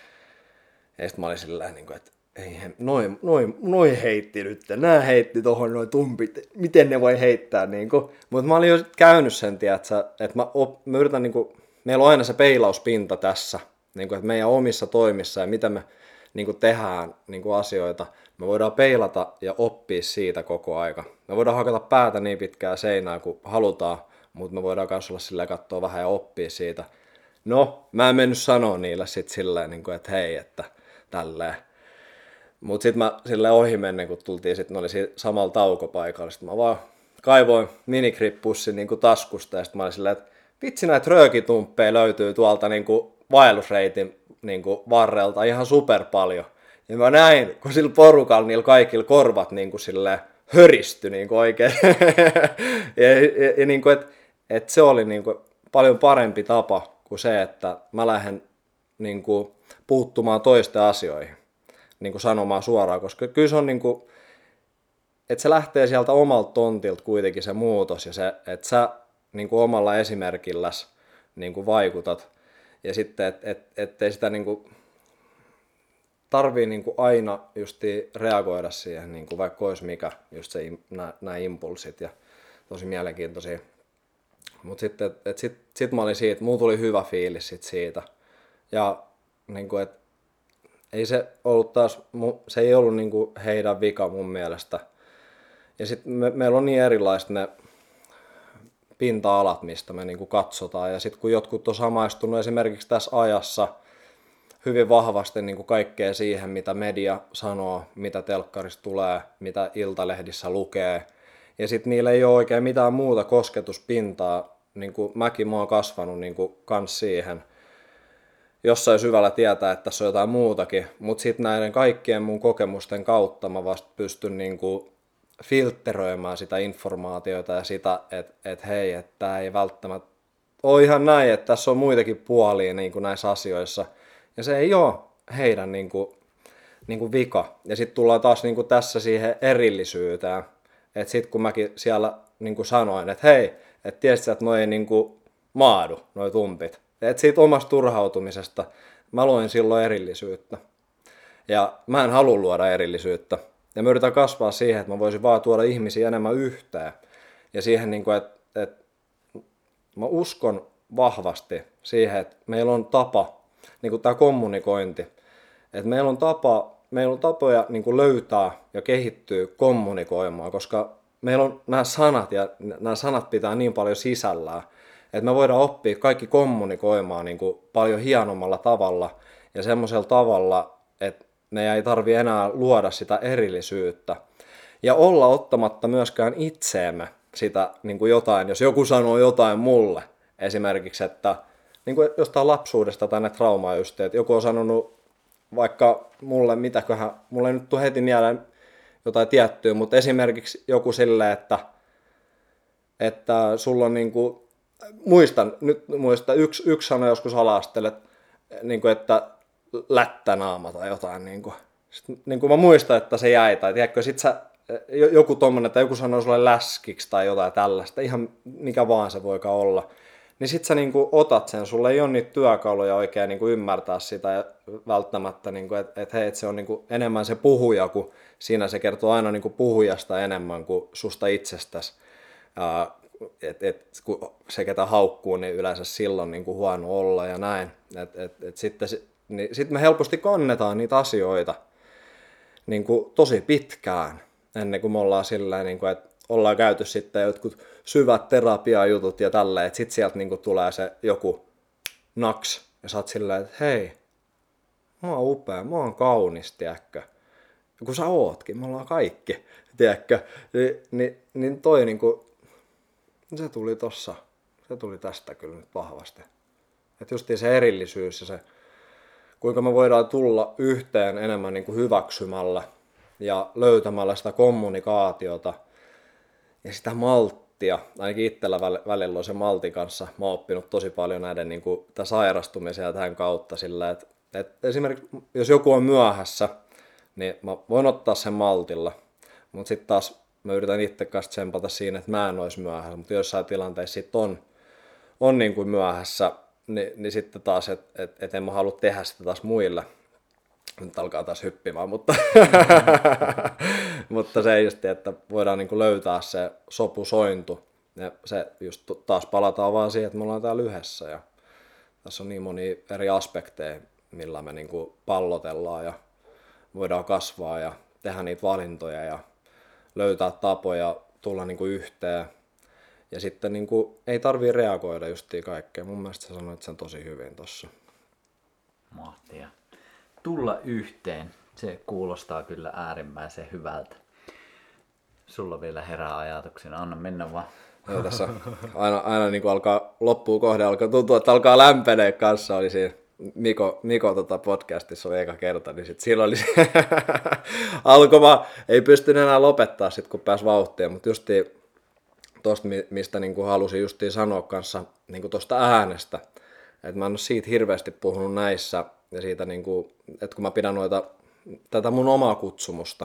Ja sitten mä olin silleen, että ei, noin, noin, noin heitti nyt, nää heitti tohon noin tumpit, miten ne voi heittää. Niin mutta mä olin jo käynyt sen, tiedätkö, että mä, op, mä yritän, niin kuin, meillä on aina se peilauspinta tässä, niin kuin, että meidän omissa toimissa ja mitä me niin kuin tehdään niin kuin asioita, me voidaan peilata ja oppia siitä koko aika. Me voidaan hakata päätä niin pitkää seinää kuin halutaan, mutta me voidaan myös olla silleen katsoa vähän ja oppia siitä. No, mä en mennyt sanoa niille sitten silleen, niin kuin, että hei, että tälleen. Mutta sitten mä silleen ohi menen, kun tultiin, sitten ne oli siinä samalla taukopaikalla. Sitten mä vaan kaivoin minikrippussin niin kuin taskusta ja sitten mä olin silleen, että vitsi näitä röökitumppeja löytyy tuolta niin kuin vaellusreitin niin kuin varrelta ihan super paljon. Ja mä näin, kun sillä porukalla niillä kaikilla korvat niin kuin silleen höristy niin kuin oikein. ja ja, ja niin kuin, että et se oli niin kuin paljon parempi tapa kuin se, että mä lähden niin kuin puuttumaan toisten asioihin. Niin kuin sanomaan suoraan, koska kyllä se on niin kuin, että se lähtee sieltä omalta tontilta kuitenkin se muutos ja se, että sä niin kuin omalla esimerkilläsi niin kuin vaikutat. Ja sitten, että et, ettei sitä niin kuin tarvii niin kuin aina justi reagoida siihen, niin kuin vaikka olisi mikä, just se, nämä impulssit ja tosi mielenkiintoisia. Mutta sitten, että et sit, sit mä olin siitä, mulla tuli hyvä fiilis sit siitä. Ja niin kuin, että ei se ollut taas, se ei ollut niin kuin heidän vika mun mielestä. Ja sitten me, meillä on niin erilaiset ne pinta-alat, mistä me niin kuin katsotaan. Ja sitten kun jotkut on samaistunut esimerkiksi tässä ajassa hyvin vahvasti niin kuin kaikkea siihen, mitä media sanoo, mitä telkkarista tulee, mitä iltalehdissä lukee. Ja sitten niillä ei ole oikein mitään muuta kosketuspintaa. Niin kuin mäkin mä oon kasvanut niin kuin kans siihen. Jossain syvällä tietää, että tässä on jotain muutakin. Mutta sitten näiden kaikkien mun kokemusten kautta mä vasta pystyn niin kuin filtteröimään sitä informaatiota ja sitä, että et hei, että tämä ei välttämättä ole ihan näin, että tässä on muitakin puolia niin kuin näissä asioissa. Ja se ei ole heidän niin kuin, niin kuin vika. Ja sitten tullaan taas niin kuin tässä siihen erillisyyteen. Että sitten kun mäkin siellä niin kuin sanoin, että hei, että tiesit että noi ei niin kuin maadu, noi tumpit. Että siitä omasta turhautumisesta mä loin silloin erillisyyttä. Ja mä en halua luoda erillisyyttä. Ja mä yritän kasvaa siihen, että mä voisin vaan tuoda ihmisiä enemmän yhteen. Ja siihen, niin kuin, että, että mä uskon vahvasti siihen, että meillä on tapa, niin kuin tämä kommunikointi, että meillä on tapa, meillä on tapoja niin kuin löytää ja kehittyä kommunikoimaan, koska meillä on nämä sanat ja nämä sanat pitää niin paljon sisällään, että me voidaan oppia kaikki kommunikoimaan niin kuin paljon hienommalla tavalla ja semmoisella tavalla, että meidän ei tarvitse enää luoda sitä erillisyyttä. Ja olla ottamatta myöskään itseemme sitä niin kuin jotain, jos joku sanoo jotain mulle. Esimerkiksi, että niin kuin jostain lapsuudesta tai ne traumaa just, että joku on sanonut vaikka mulle mitäköhän, mulle ei nyt tule heti mieleen jotain tiettyä, mutta esimerkiksi joku silleen, että, että sulla on niin kuin, muistan, nyt muistan, yksi, yksi sana joskus ala-asteelle, niin kuin, että lättänaama tai jotain. Niin kuin. Sitten, niin kuin mä muistan, että se jäi. Tai tiedätkö, sit sä, joku tommonen, että joku sanoo sulle läskiksi tai jotain tällaista, ihan mikä vaan se voikaan olla. Niin sit sä niin kuin otat sen, sulle ei ole niitä työkaluja oikein niin kuin ymmärtää sitä ja välttämättä, niin kuin, että et, hei, et se on niin kuin enemmän se puhuja, kun siinä se kertoo aina niin kuin puhujasta enemmän kuin susta itsestäsi. Että et, kun se ketä haukkuu, niin yleensä silloin niin kuin huono olla ja näin. Et, et, et sitten niin sitten me helposti kannetaan niitä asioita niin kuin tosi pitkään, ennen kuin me ollaan sillä niin kuin, että ollaan käyty sitten jotkut syvät terapiajutut ja tälleen, että sitten sieltä niin kuin tulee se joku naks, ja sä oot silleen, että hei, mä oon upea, mä oon kaunis, tiedätkö. Ja kun sä ootkin, me ollaan kaikki, tiedätkö. Ni, niin, niin toi niin kuin, se tuli tossa, se tuli tästä kyllä nyt vahvasti. Että justiin se erillisyys ja se, kuinka me voidaan tulla yhteen enemmän niin kuin hyväksymällä ja löytämällä sitä kommunikaatiota ja sitä malttia. Ainakin itsellä välillä on se maltin kanssa. Mä oon oppinut tosi paljon näiden niin kuin, tämän sairastumisen ja tämän kautta sillä, että, että esimerkiksi jos joku on myöhässä, niin mä voin ottaa sen maltilla. Mutta sitten taas mä yritän itse kanssa tsempata siinä, että mä en olisi myöhässä. Mutta jossain tilanteessa sit on, on niin kuin myöhässä, Ni, niin sitten taas, että et, et en mä halua tehdä sitä taas muille. Nyt alkaa taas hyppimään, mutta, mutta se just, että voidaan niinku löytää se sopusointu. Ja se just taas palataan vaan siihen, että me ollaan täällä yhdessä. Ja tässä on niin monia eri aspekteja, millä me niinku pallotellaan ja voidaan kasvaa ja tehdä niitä valintoja ja löytää tapoja tulla niinku yhteen. Ja sitten niin kuin, ei tarvii reagoida justiin kaikkeen. Mun mielestä sä sanoit sen tosi hyvin tossa. Mahtia. Tulla yhteen. Se kuulostaa kyllä äärimmäisen hyvältä. Sulla vielä herää ajatuksena. Anna mennä vaan. Joo, tässä aina, aina niin kuin alkaa, loppuu kohde, alkaa tuntua, että alkaa lämpenee kanssa. Oli siinä Miko, Miko tota podcastissa oli eka kerta, niin sit silloin oli se alkoi vaan, ei pystynyt enää lopettaa sit kun pääsi vauhtiin, mutta justiin tuosta, mistä niin kuin halusin justiin sanoa kanssa niin kuin tuosta äänestä. Että mä en ole siitä hirveästi puhunut näissä. Ja siitä, niin kuin, että kun mä pidän noita, tätä mun omaa kutsumusta.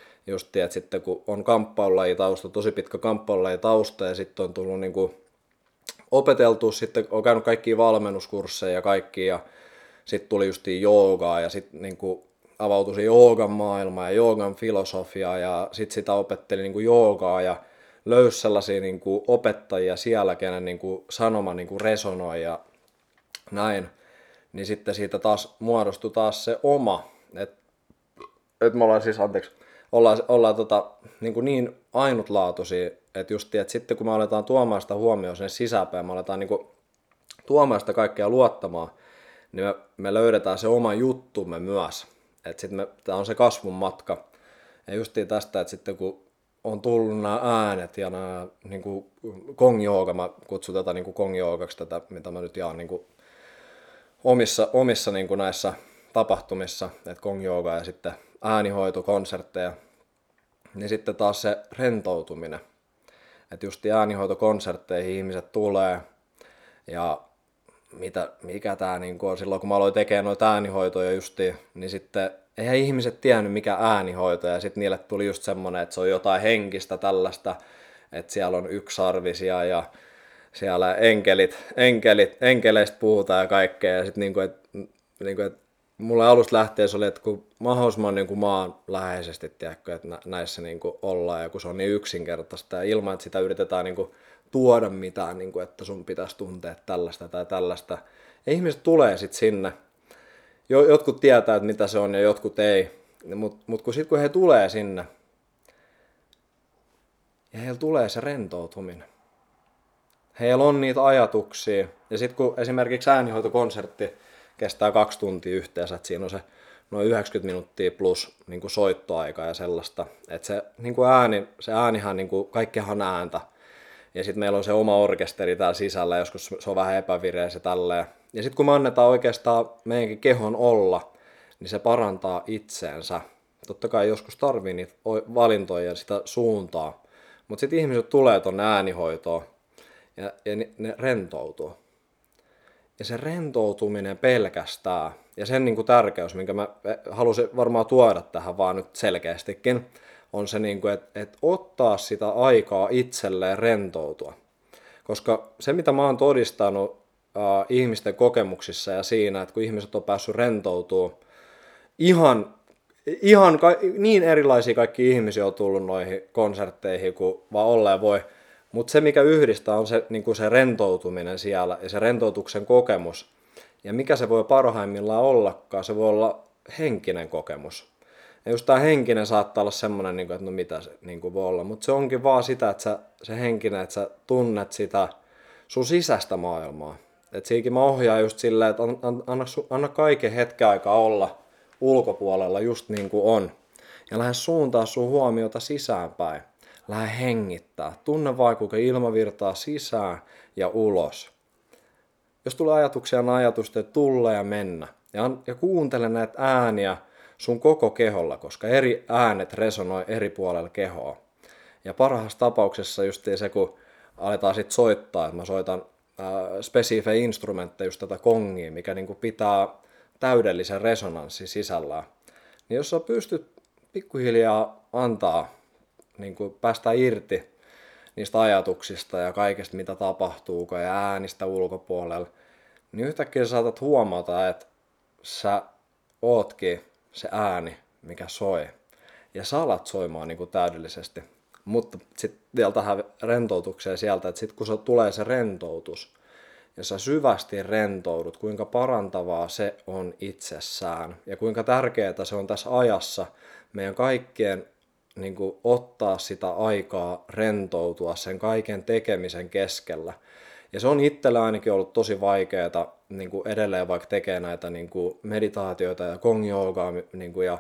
Justiin, että sitten kun on kamppailulajitausta, tosi pitkä kamppailulajitausta ja sitten on tullut niin kuin opeteltu, sitten on käynyt kaikkia valmennuskursseja ja kaikkia, ja sitten tuli justiin joogaa, ja sitten niinku avautui se joogan maailma ja joogan filosofia, ja sitten sitä opetteli niinku joogaa, ja löysi sellaisia niinku opettajia siellä, kenen niinku sanoma niinku resonoi ja näin, niin sitten siitä taas muodostui taas se oma, että et me ollaan siis, anteeksi, ollaan, ollaan tota, niin, kuin niin ainutlaatuisia, että just että sitten kun me aletaan tuomaan sitä huomioon sinne sisäpäin, me aletaan niin kuin tuomaan sitä kaikkea luottamaan, niin me, me löydetään se oma juttumme myös. Että sitten tämä on se kasvun matka. Ja justiin tästä, että sitten kun on tullut nämä äänet ja nämä niin kuin gong-jooga, mä kutsun tätä niin kuin gong-joogaksi, tätä, mitä mä nyt jaan niin kuin omissa, omissa niin kuin näissä tapahtumissa, että gong-jooga ja sitten äänihoito, konsertteja, niin sitten taas se rentoutuminen. Että just äänihoitokonsertteihin ihmiset tulee ja mitä, mikä tää niinku on silloin kun mä aloin tekemään noita äänihoitoja justiin, niin sitten eihän ihmiset tiennyt mikä äänihoito ja sitten niille tuli just semmonen, että se on jotain henkistä tällaista, että siellä on yksarvisia ja siellä enkelit, enkelit, enkeleistä puhutaan ja kaikkea ja sitten niinku, että niinku, et mulle alusta lähtien se oli, että kun mahdollisimman niin kuin maanläheisesti, tiedätkö, että näissä niin kuin ollaan ja kun se on niin yksinkertaista ja ilman, että sitä yritetään niin kuin tuoda mitään, niin kuin, että sun pitäisi tuntea tällaista tai tällaista. Ja ihmiset tulee sitten sinne. Jotkut tietää, että mitä se on ja jotkut ei, mutta mut kun sitten kun he tulee sinne ja heillä tulee se rentoutuminen. Heillä on niitä ajatuksia ja sitten kun esimerkiksi äänihoitokonsertti kestää kaksi tuntia yhteensä, että siinä on se noin yhdeksänkymmentä minuuttia plus niin kuin soittoaika ja sellaista. Että se, niin kuin ääni, se äänihän, niin kuin, kaikkihan ääntä. Ja sitten meillä on se oma orkesteri täällä sisällä, joskus se on vähän epävireä se tälleen. Ja sitten kun me annetaan oikeastaan meidänkin kehon olla, niin se parantaa itseensä. Totta kai joskus tarvii niitä valintoja ja sitä suuntaa. Mutta sitten ihmiset tulee tuonne äänihoitoon ja, ja ne, ne rentoutuu. Ja se rentoutuminen pelkästään, ja sen niin kuin tärkeys, minkä mä halusin varmaan tuoda tähän vaan nyt selkeästikin, on se, niin kuin, että, että ottaa sitä aikaa itselleen rentoutua. Koska se, mitä mä oon todistanut äh, ihmisten kokemuksissa ja siinä, että kun ihmiset on päässyt rentoutumaan, ihan, ihan ka- niin erilaisia kaikki ihmisiä on tullut noihin konsertteihin kuin vaan olleen voi. Mutta se, mikä yhdistää, on se, niin kuin se rentoutuminen siellä ja se rentoutuksen kokemus. Ja mikä se voi parhaimmillaan ollakaan, se voi olla henkinen kokemus. Ja just tämä henkinen saattaa olla semmoinen, niin kuin, että no mitä se niin kuin voi olla. Mutta se onkin vaan sitä, että sä, se henkinen, että sä tunnet sitä sun sisäistä maailmaa. Että siikin mä ohjaan just silleen, että anna, anna kaiken hetken aikaa olla ulkopuolella just niin kuin on. Ja lähde suuntaa sun huomiota sisäänpäin. Lähde hengittää. Tunne vaan, kuinka ilma virtaa sisään ja ulos. Jos tulee ajatuksia, on ajatusta, että tulla ja mennä. Ja, ja kuuntele näitä ääniä sun koko keholla, koska eri äänet resonoi eri puolella kehoa. Ja parhaassa tapauksessa just se, kun aletaan sit soittaa, että mä soitan äh, spesifejä instrumentteja, just tätä kongia, mikä niinku pitää täydellisen resonanssin sisällään. Niin jos sä pystyt pikkuhiljaa antaa niin kuin päästä irti niistä ajatuksista ja kaikesta, mitä tapahtuu ja äänistä ulkopuolella, niin yhtäkkiä saatat huomata, että sä ootkin se ääni, mikä soi. Ja sä alat soimaan niin kuin täydellisesti. Mutta sitten vielä tähän rentoutukseen sieltä, että sitten kun se tulee se rentoutus, ja sä syvästi rentoudut, kuinka parantavaa se on itsessään, ja kuinka tärkeää se on tässä ajassa meidän kaikkien niin kuin ottaa sitä aikaa rentoutua sen kaiken tekemisen keskellä. Ja se on itsellä ainakin ollut tosi vaikeaa niin kuin edelleen vaikka tekee näitä niin kuin meditaatioita ja gong-joogaa niin kuin ja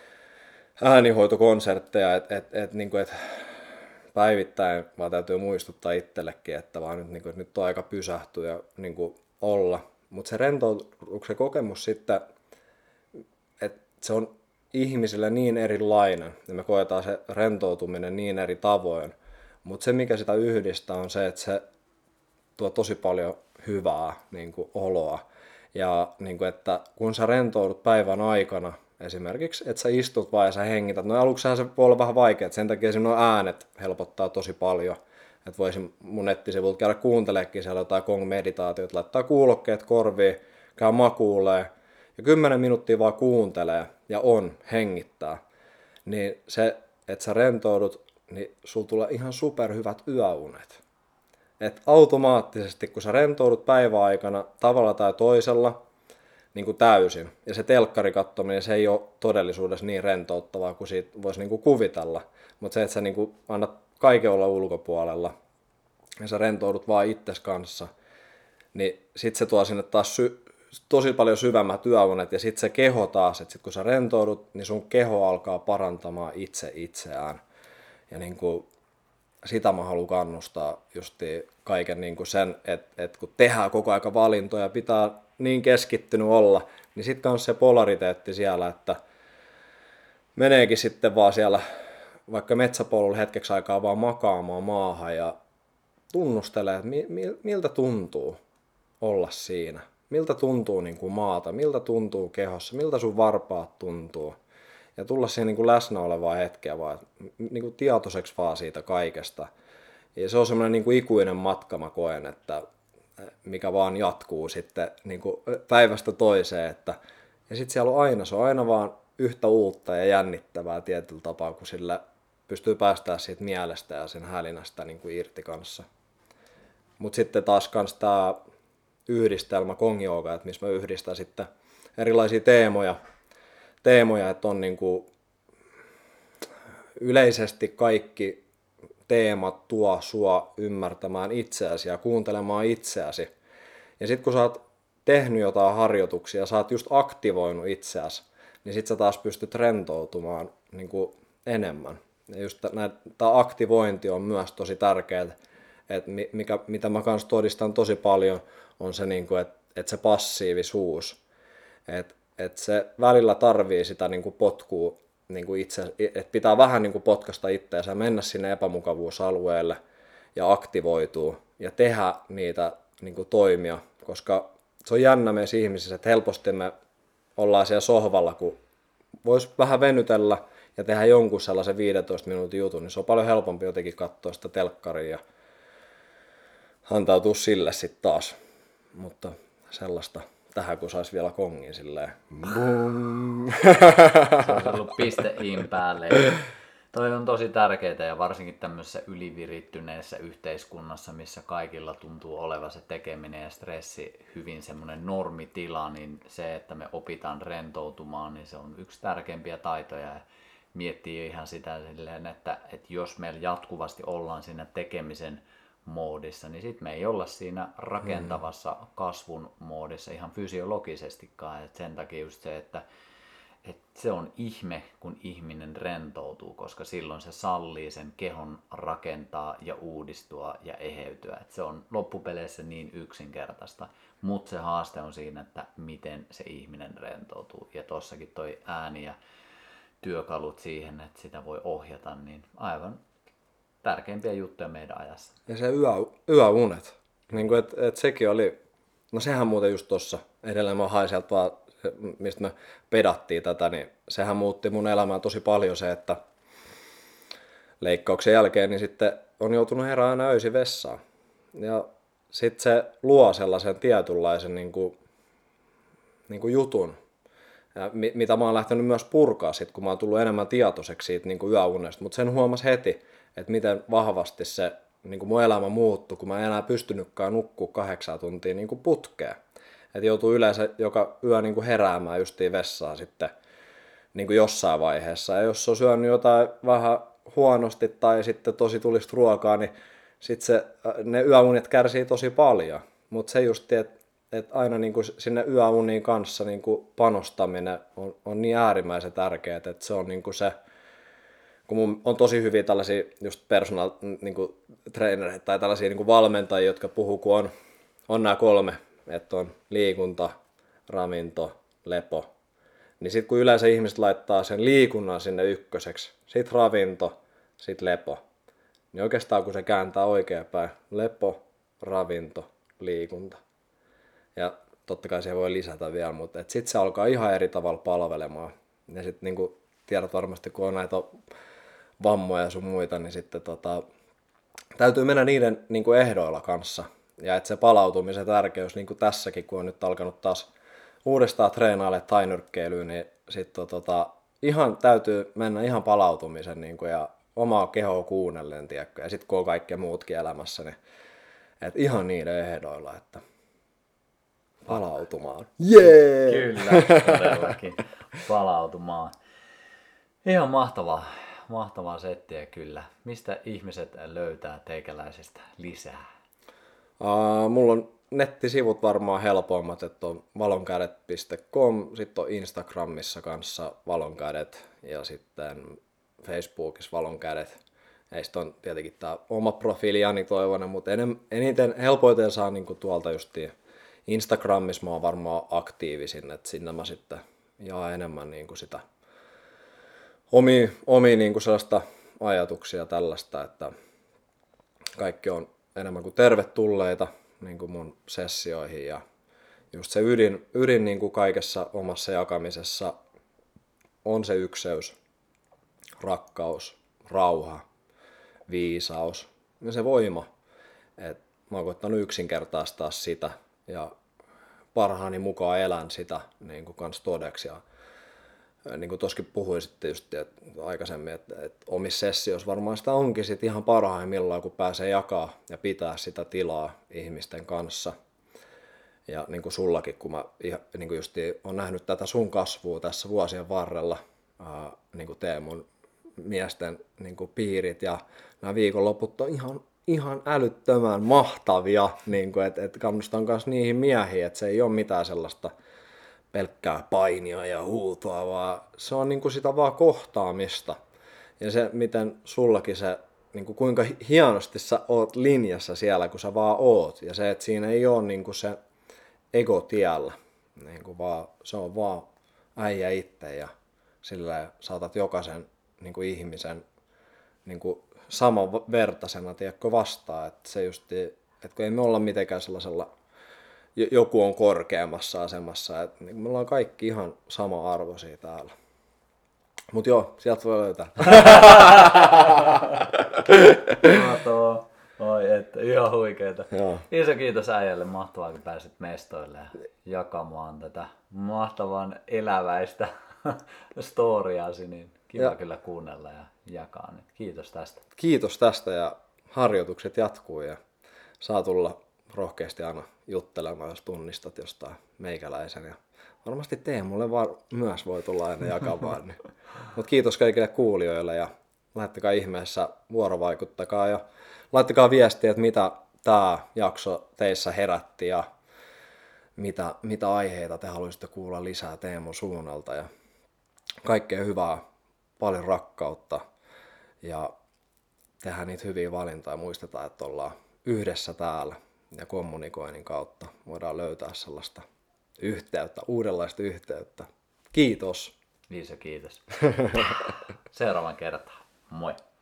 äänihoitokonsertteja, että et, et, niin kuin, et päivittäin vaan täytyy muistuttaa itsellekin, että vaan nyt, niin kuin, että nyt on aika pysähtyä ja niin kuin olla. Mutta se rentoutuksen kokemus sitten, että se on ihmisille niin erilainen ja me koetaan se rentoutuminen niin eri tavoin. Mutta se, mikä sitä yhdistää, on se, että se tuo tosi paljon hyvää niin kuin oloa. Ja niin kuin, että kun sä rentoudut päivän aikana, esimerkiksi, että sä istut vaan ja sä hengität. No aluksihan se voi olla vähän vaikeaa, sen takia sinun äänet helpottaa tosi paljon. Että voisin mun nettisivulta käydä kuunteleekin siellä jotain gong-meditaatiota, laittaa kuulokkeet korviin, käy makuulee ja kymmenen minuuttia vaan kuuntelee ja on, hengittää. Niin se, että sä rentoudut, niin sulla tulee ihan superhyvät yöunet. Että automaattisesti, kun sä rentoudut päiväaikana tavalla tai toisella, niin kuin täysin, ja se telkkari katsominen, se ei ole todellisuudessa niin rentouttavaa kuin siitä voisi niin kuin kuvitella. Mutta se, että sä niin kuin annat kaiken olla ulkopuolella, ja sä rentoudut vaan itses kanssa, niin sit se tuo sinne taas sy- tosi paljon syvemmät yöunet, ja sit se keho taas, että sit kun sä rentoudut, niin sun keho alkaa parantamaan itse itseään. Ja niin kuin sitä mä haluan kannustaa justiin kaiken niin kuin sen, että, että kun tehdään koko aika valintoja, pitää niin keskittynyt olla, niin sitten on se polariteetti siellä, että meneekin sitten vaan siellä vaikka metsäpolulla hetkeksi aikaa vaan makaamaan maahan ja tunnustelee, että miltä tuntuu olla siinä, miltä tuntuu niin kuin maata, miltä tuntuu kehossa, miltä sun varpaat tuntuu. Ja tulla siihen niin kuin läsnä olevaa hetkeä vaan, niin kuin tietoiseksi vaan siitä kaikesta. Ja se on semmoinen niin kuin ikuinen matka, mä koen, että mikä vaan jatkuu sitten niin kuin päivästä toiseen. Että, ja sitten siellä on aina, se on aina vaan yhtä uutta ja jännittävää tietyllä tapaa, kun sillä pystyy päästään siitä mielestä ja sen hälinästä niin kuin irti kanssa. Mutta sitten taas kans tää yhdistelmä gong-jooga, että missä mä yhdistän sitten erilaisia teemoja, teemoja, että on niin kuin yleisesti kaikki teemat tuo sua ymmärtämään itseäsi ja kuuntelemaan itseäsi. Ja sitten kun sä oot tehnyt jotain harjoituksia, sä oot just aktivoinut itseäsi, niin sit sä taas pystyt rentoutumaan niin kuin enemmän. Ja just tämä aktivointi on myös tosi tärkeää, että mikä, mitä mä kanssa todistan tosi paljon, on se, niin kuin, että, että se passiivisuus. Että että se välillä tarvii sitä niin kuin potkua, niin kuin itse, että pitää vähän niin kuin potkasta itseänsä ja mennä sinne epämukavuusalueelle ja aktivoituu ja tehdä niitä niin kuin toimia, koska se on jännä meissä ihmisissä, että helposti me ollaan siellä sohvalla, kun voisi vähän venytellä ja tehdä jonkun sellaisen viidentoista minuutin jutun, niin se on paljon helpompi jotenkin katsoa sitä telkkaria ja antautua sille sitten taas, mutta sellaista. Tähän kun saisi vielä kongin silleen. Boom. Se olisi ollut piste in päälle. Toi on tosi tärkeää ja varsinkin tämmöisessä ylivirittyneessä yhteiskunnassa, missä kaikilla tuntuu olevan se tekeminen ja stressi hyvin semmoinen normitila, niin se, että me opitaan rentoutumaan, niin se on yksi tärkeimpiä taitoja. Ja miettii ihan sitä silleen, että, että jos meillä jatkuvasti ollaan siinä tekemisen moodissa, niin sitten me ei olla siinä rakentavassa kasvun moodissa ihan fysiologisestikaan. Et sen takia just se, että, että se on ihme, kun ihminen rentoutuu, koska silloin se sallii sen kehon rakentaa ja uudistua ja eheytyä. Et se on loppupeleissä niin yksinkertaista, mutta se haaste on siinä, että miten se ihminen rentoutuu. Ja tossakin toi ääni ja työkalut siihen, että sitä voi ohjata, niin aivan tärkeimpiä juttuja meidän ajassa. Ja se yö, yöunet, niin kuin, että et sekin oli, no sehän muuten just tossa, edelleen mä hain sieltä vaan, mistä me pedattiin tätä, niin sehän muutti mun elämää tosi paljon se, että leikkauksen jälkeen niin sitten on joutunut herää aina öisin vessaan. Ja sitten se luo sellaisen tietynlaisen niin kuin, niin kuin jutun, ja mitä mä oon lähtenyt myös purkaa sit, kun mä oon tullut enemmän tietoiseksi siitä niin kuin yöunesta, mutta sen huomasi heti, että miten vahvasti se niin kuin mun elämä muuttui, kun mä en enää pystynytkään nukkua kahdeksan tuntia niin kuin putkeen. Että joutuu yleensä joka yö niin kuin heräämään justiin vessaan sitten niin kuin jossain vaiheessa. Ja jos on syönyt jotain vähän huonosti tai sitten tosi tulista ruokaa, niin sitten se, ne yöunet kärsii tosi paljon. Mutta se just, että et aina niin kuin sinne yöuniin kanssa niin kuin panostaminen on, on niin äärimmäisen tärkeää, että se on niin kuin se, kun mun on tosi hyviä tällaisia just personal niin kuin trainereita tai tällaisia niin kuin valmentajia, jotka puhuu, kun on, on nämä kolme, että on liikunta, ravinto, lepo. Niin sitten kun yleensä ihmiset laittaa sen liikunnan sinne ykköseksi, sit ravinto, sit lepo, niin oikeastaan kun se kääntää oikeapäin, lepo, ravinto, liikunta. Ja totta kai siihen voi lisätä vielä, mutta sitten se alkaa ihan eri tavalla palvelemaan. Ja sitten niin kuin tiedät varmasti, kun on näitä vammoja ja sun muita, niin sitten tota, täytyy mennä niiden niin kuin ehdoilla kanssa. Ja että se palautumisen tärkeys, niin kuin tässäkin, kun on nyt alkanut taas uudestaan treenaille tainyrkkeilyyn, niin sitten tota, ihan täytyy mennä ihan palautumisen niin kuin, ja omaa kehoa kuunnellen, tiedätkö? Ja sitten kun on kaikkea muutkin elämässä, niin et ihan niiden ehdoilla, että palautumaan. Jee! Kyllä, todellakin. Palautumaan. Ihan mahtavaa, mahtavaa settiä kyllä. Mistä ihmiset löytää teikäläisestä lisää? Uh, mulla on nettisivut varmaan helpoimmat, että on valonkädet piste com, sitten on Instagramissa kanssa valonkädet ja sitten Facebookissa valonkädet. Ja sitten on tietenkin tämä oma profiili Jani Toivonen, mutta eniten helpoiten saa niinku tuolta justiin Instagramissa mä oon varmaan aktiivisin, että sinne mä sitten jaan enemmän niinku sitä omia, omia niinku sellaista ajatuksia tällaista, että kaikki on enemmän kuin tervetulleita niin kuin mun sessioihin ja just se ydin, ydin niin kuin kaikessa omassa jakamisessa on se ykseys, rakkaus, rauha, viisaus ja se voima. Et mä oon koittanut yksinkertaistaa sitä ja parhaani mukaan elän sitä niin kuin kans todeksi. Ja niin kuin tuossakin puhuin sitten just että aikaisemmin, että, että omissa sessioissa varmaan sitä onkin sit ihan parhaimmillaan, kun pääsee jakaa ja pitää sitä tilaa ihmisten kanssa. Ja niin kuin sullakin, kun mä niin kuin just olen nähnyt tätä sun kasvua tässä vuosien varrella, ää, niin kuin Teemun miesten niin kuin piirit ja nämä viikonloput on ihan, ihan älyttömän mahtavia, niin kuin, että, että kannustan myös niihin miehiin, että se ei ole mitään sellaista pelkkää painia ja huutoa, vaan se on niin kuin sitä vaan kohtaamista. Ja se, miten sullakin se, niin kuin kuinka hienosti sä oot linjassa siellä, kun sä vaan oot. Ja se, että siinä ei ole niin kuin se ego tiellä, niin kuin vaan, se on vaan äijä itse ja sillä saatat jokaisen niin kuin ihmisen niin kuin samanvertaisena tiedätkö, vastaan. Että se just, että kun ei me olla mitenkään sellaisella joku on korkeammassa asemassa. Et niin me ollaan kaikki ihan sama arvoisia täällä. Mut joo, sieltä voi löytää. Mahtavaa. Oi, että ihan huikeeta. Joo. Iso kiitos äijälle, mahtavaa kun pääsit mestoille ja jakamaan tätä mahtavan eläväistä storiaasi, niin kiva ja. Kyllä kuunnella ja jakaa. Niin kiitos tästä. Kiitos tästä ja harjoitukset jatkuu ja saa tulla rohkeasti aina juttelemaan, jos tunnistat jostain meikäläisen. Ja varmasti Teemulle vaan myös voi tulla aina jakamaan. Niin. Mutta kiitos kaikille kuulijoille ja laittakaa ihmeessä vuorovaikuttakaa ja laittakaa viestiä, että mitä tämä jakso teissä herätti ja mitä, mitä aiheita te haluaisitte kuulla lisää Teemun suunnalta. Ja kaikkea hyvää, paljon rakkautta ja tehdään niitä hyviä valintoja ja muistetaan, että ollaan yhdessä täällä. Ja kommunikoinnin kautta voidaan löytää sellaista yhteyttä, uudenlaista yhteyttä. Kiitos. Iso kiitos. Seuraavan kertaan. Moi.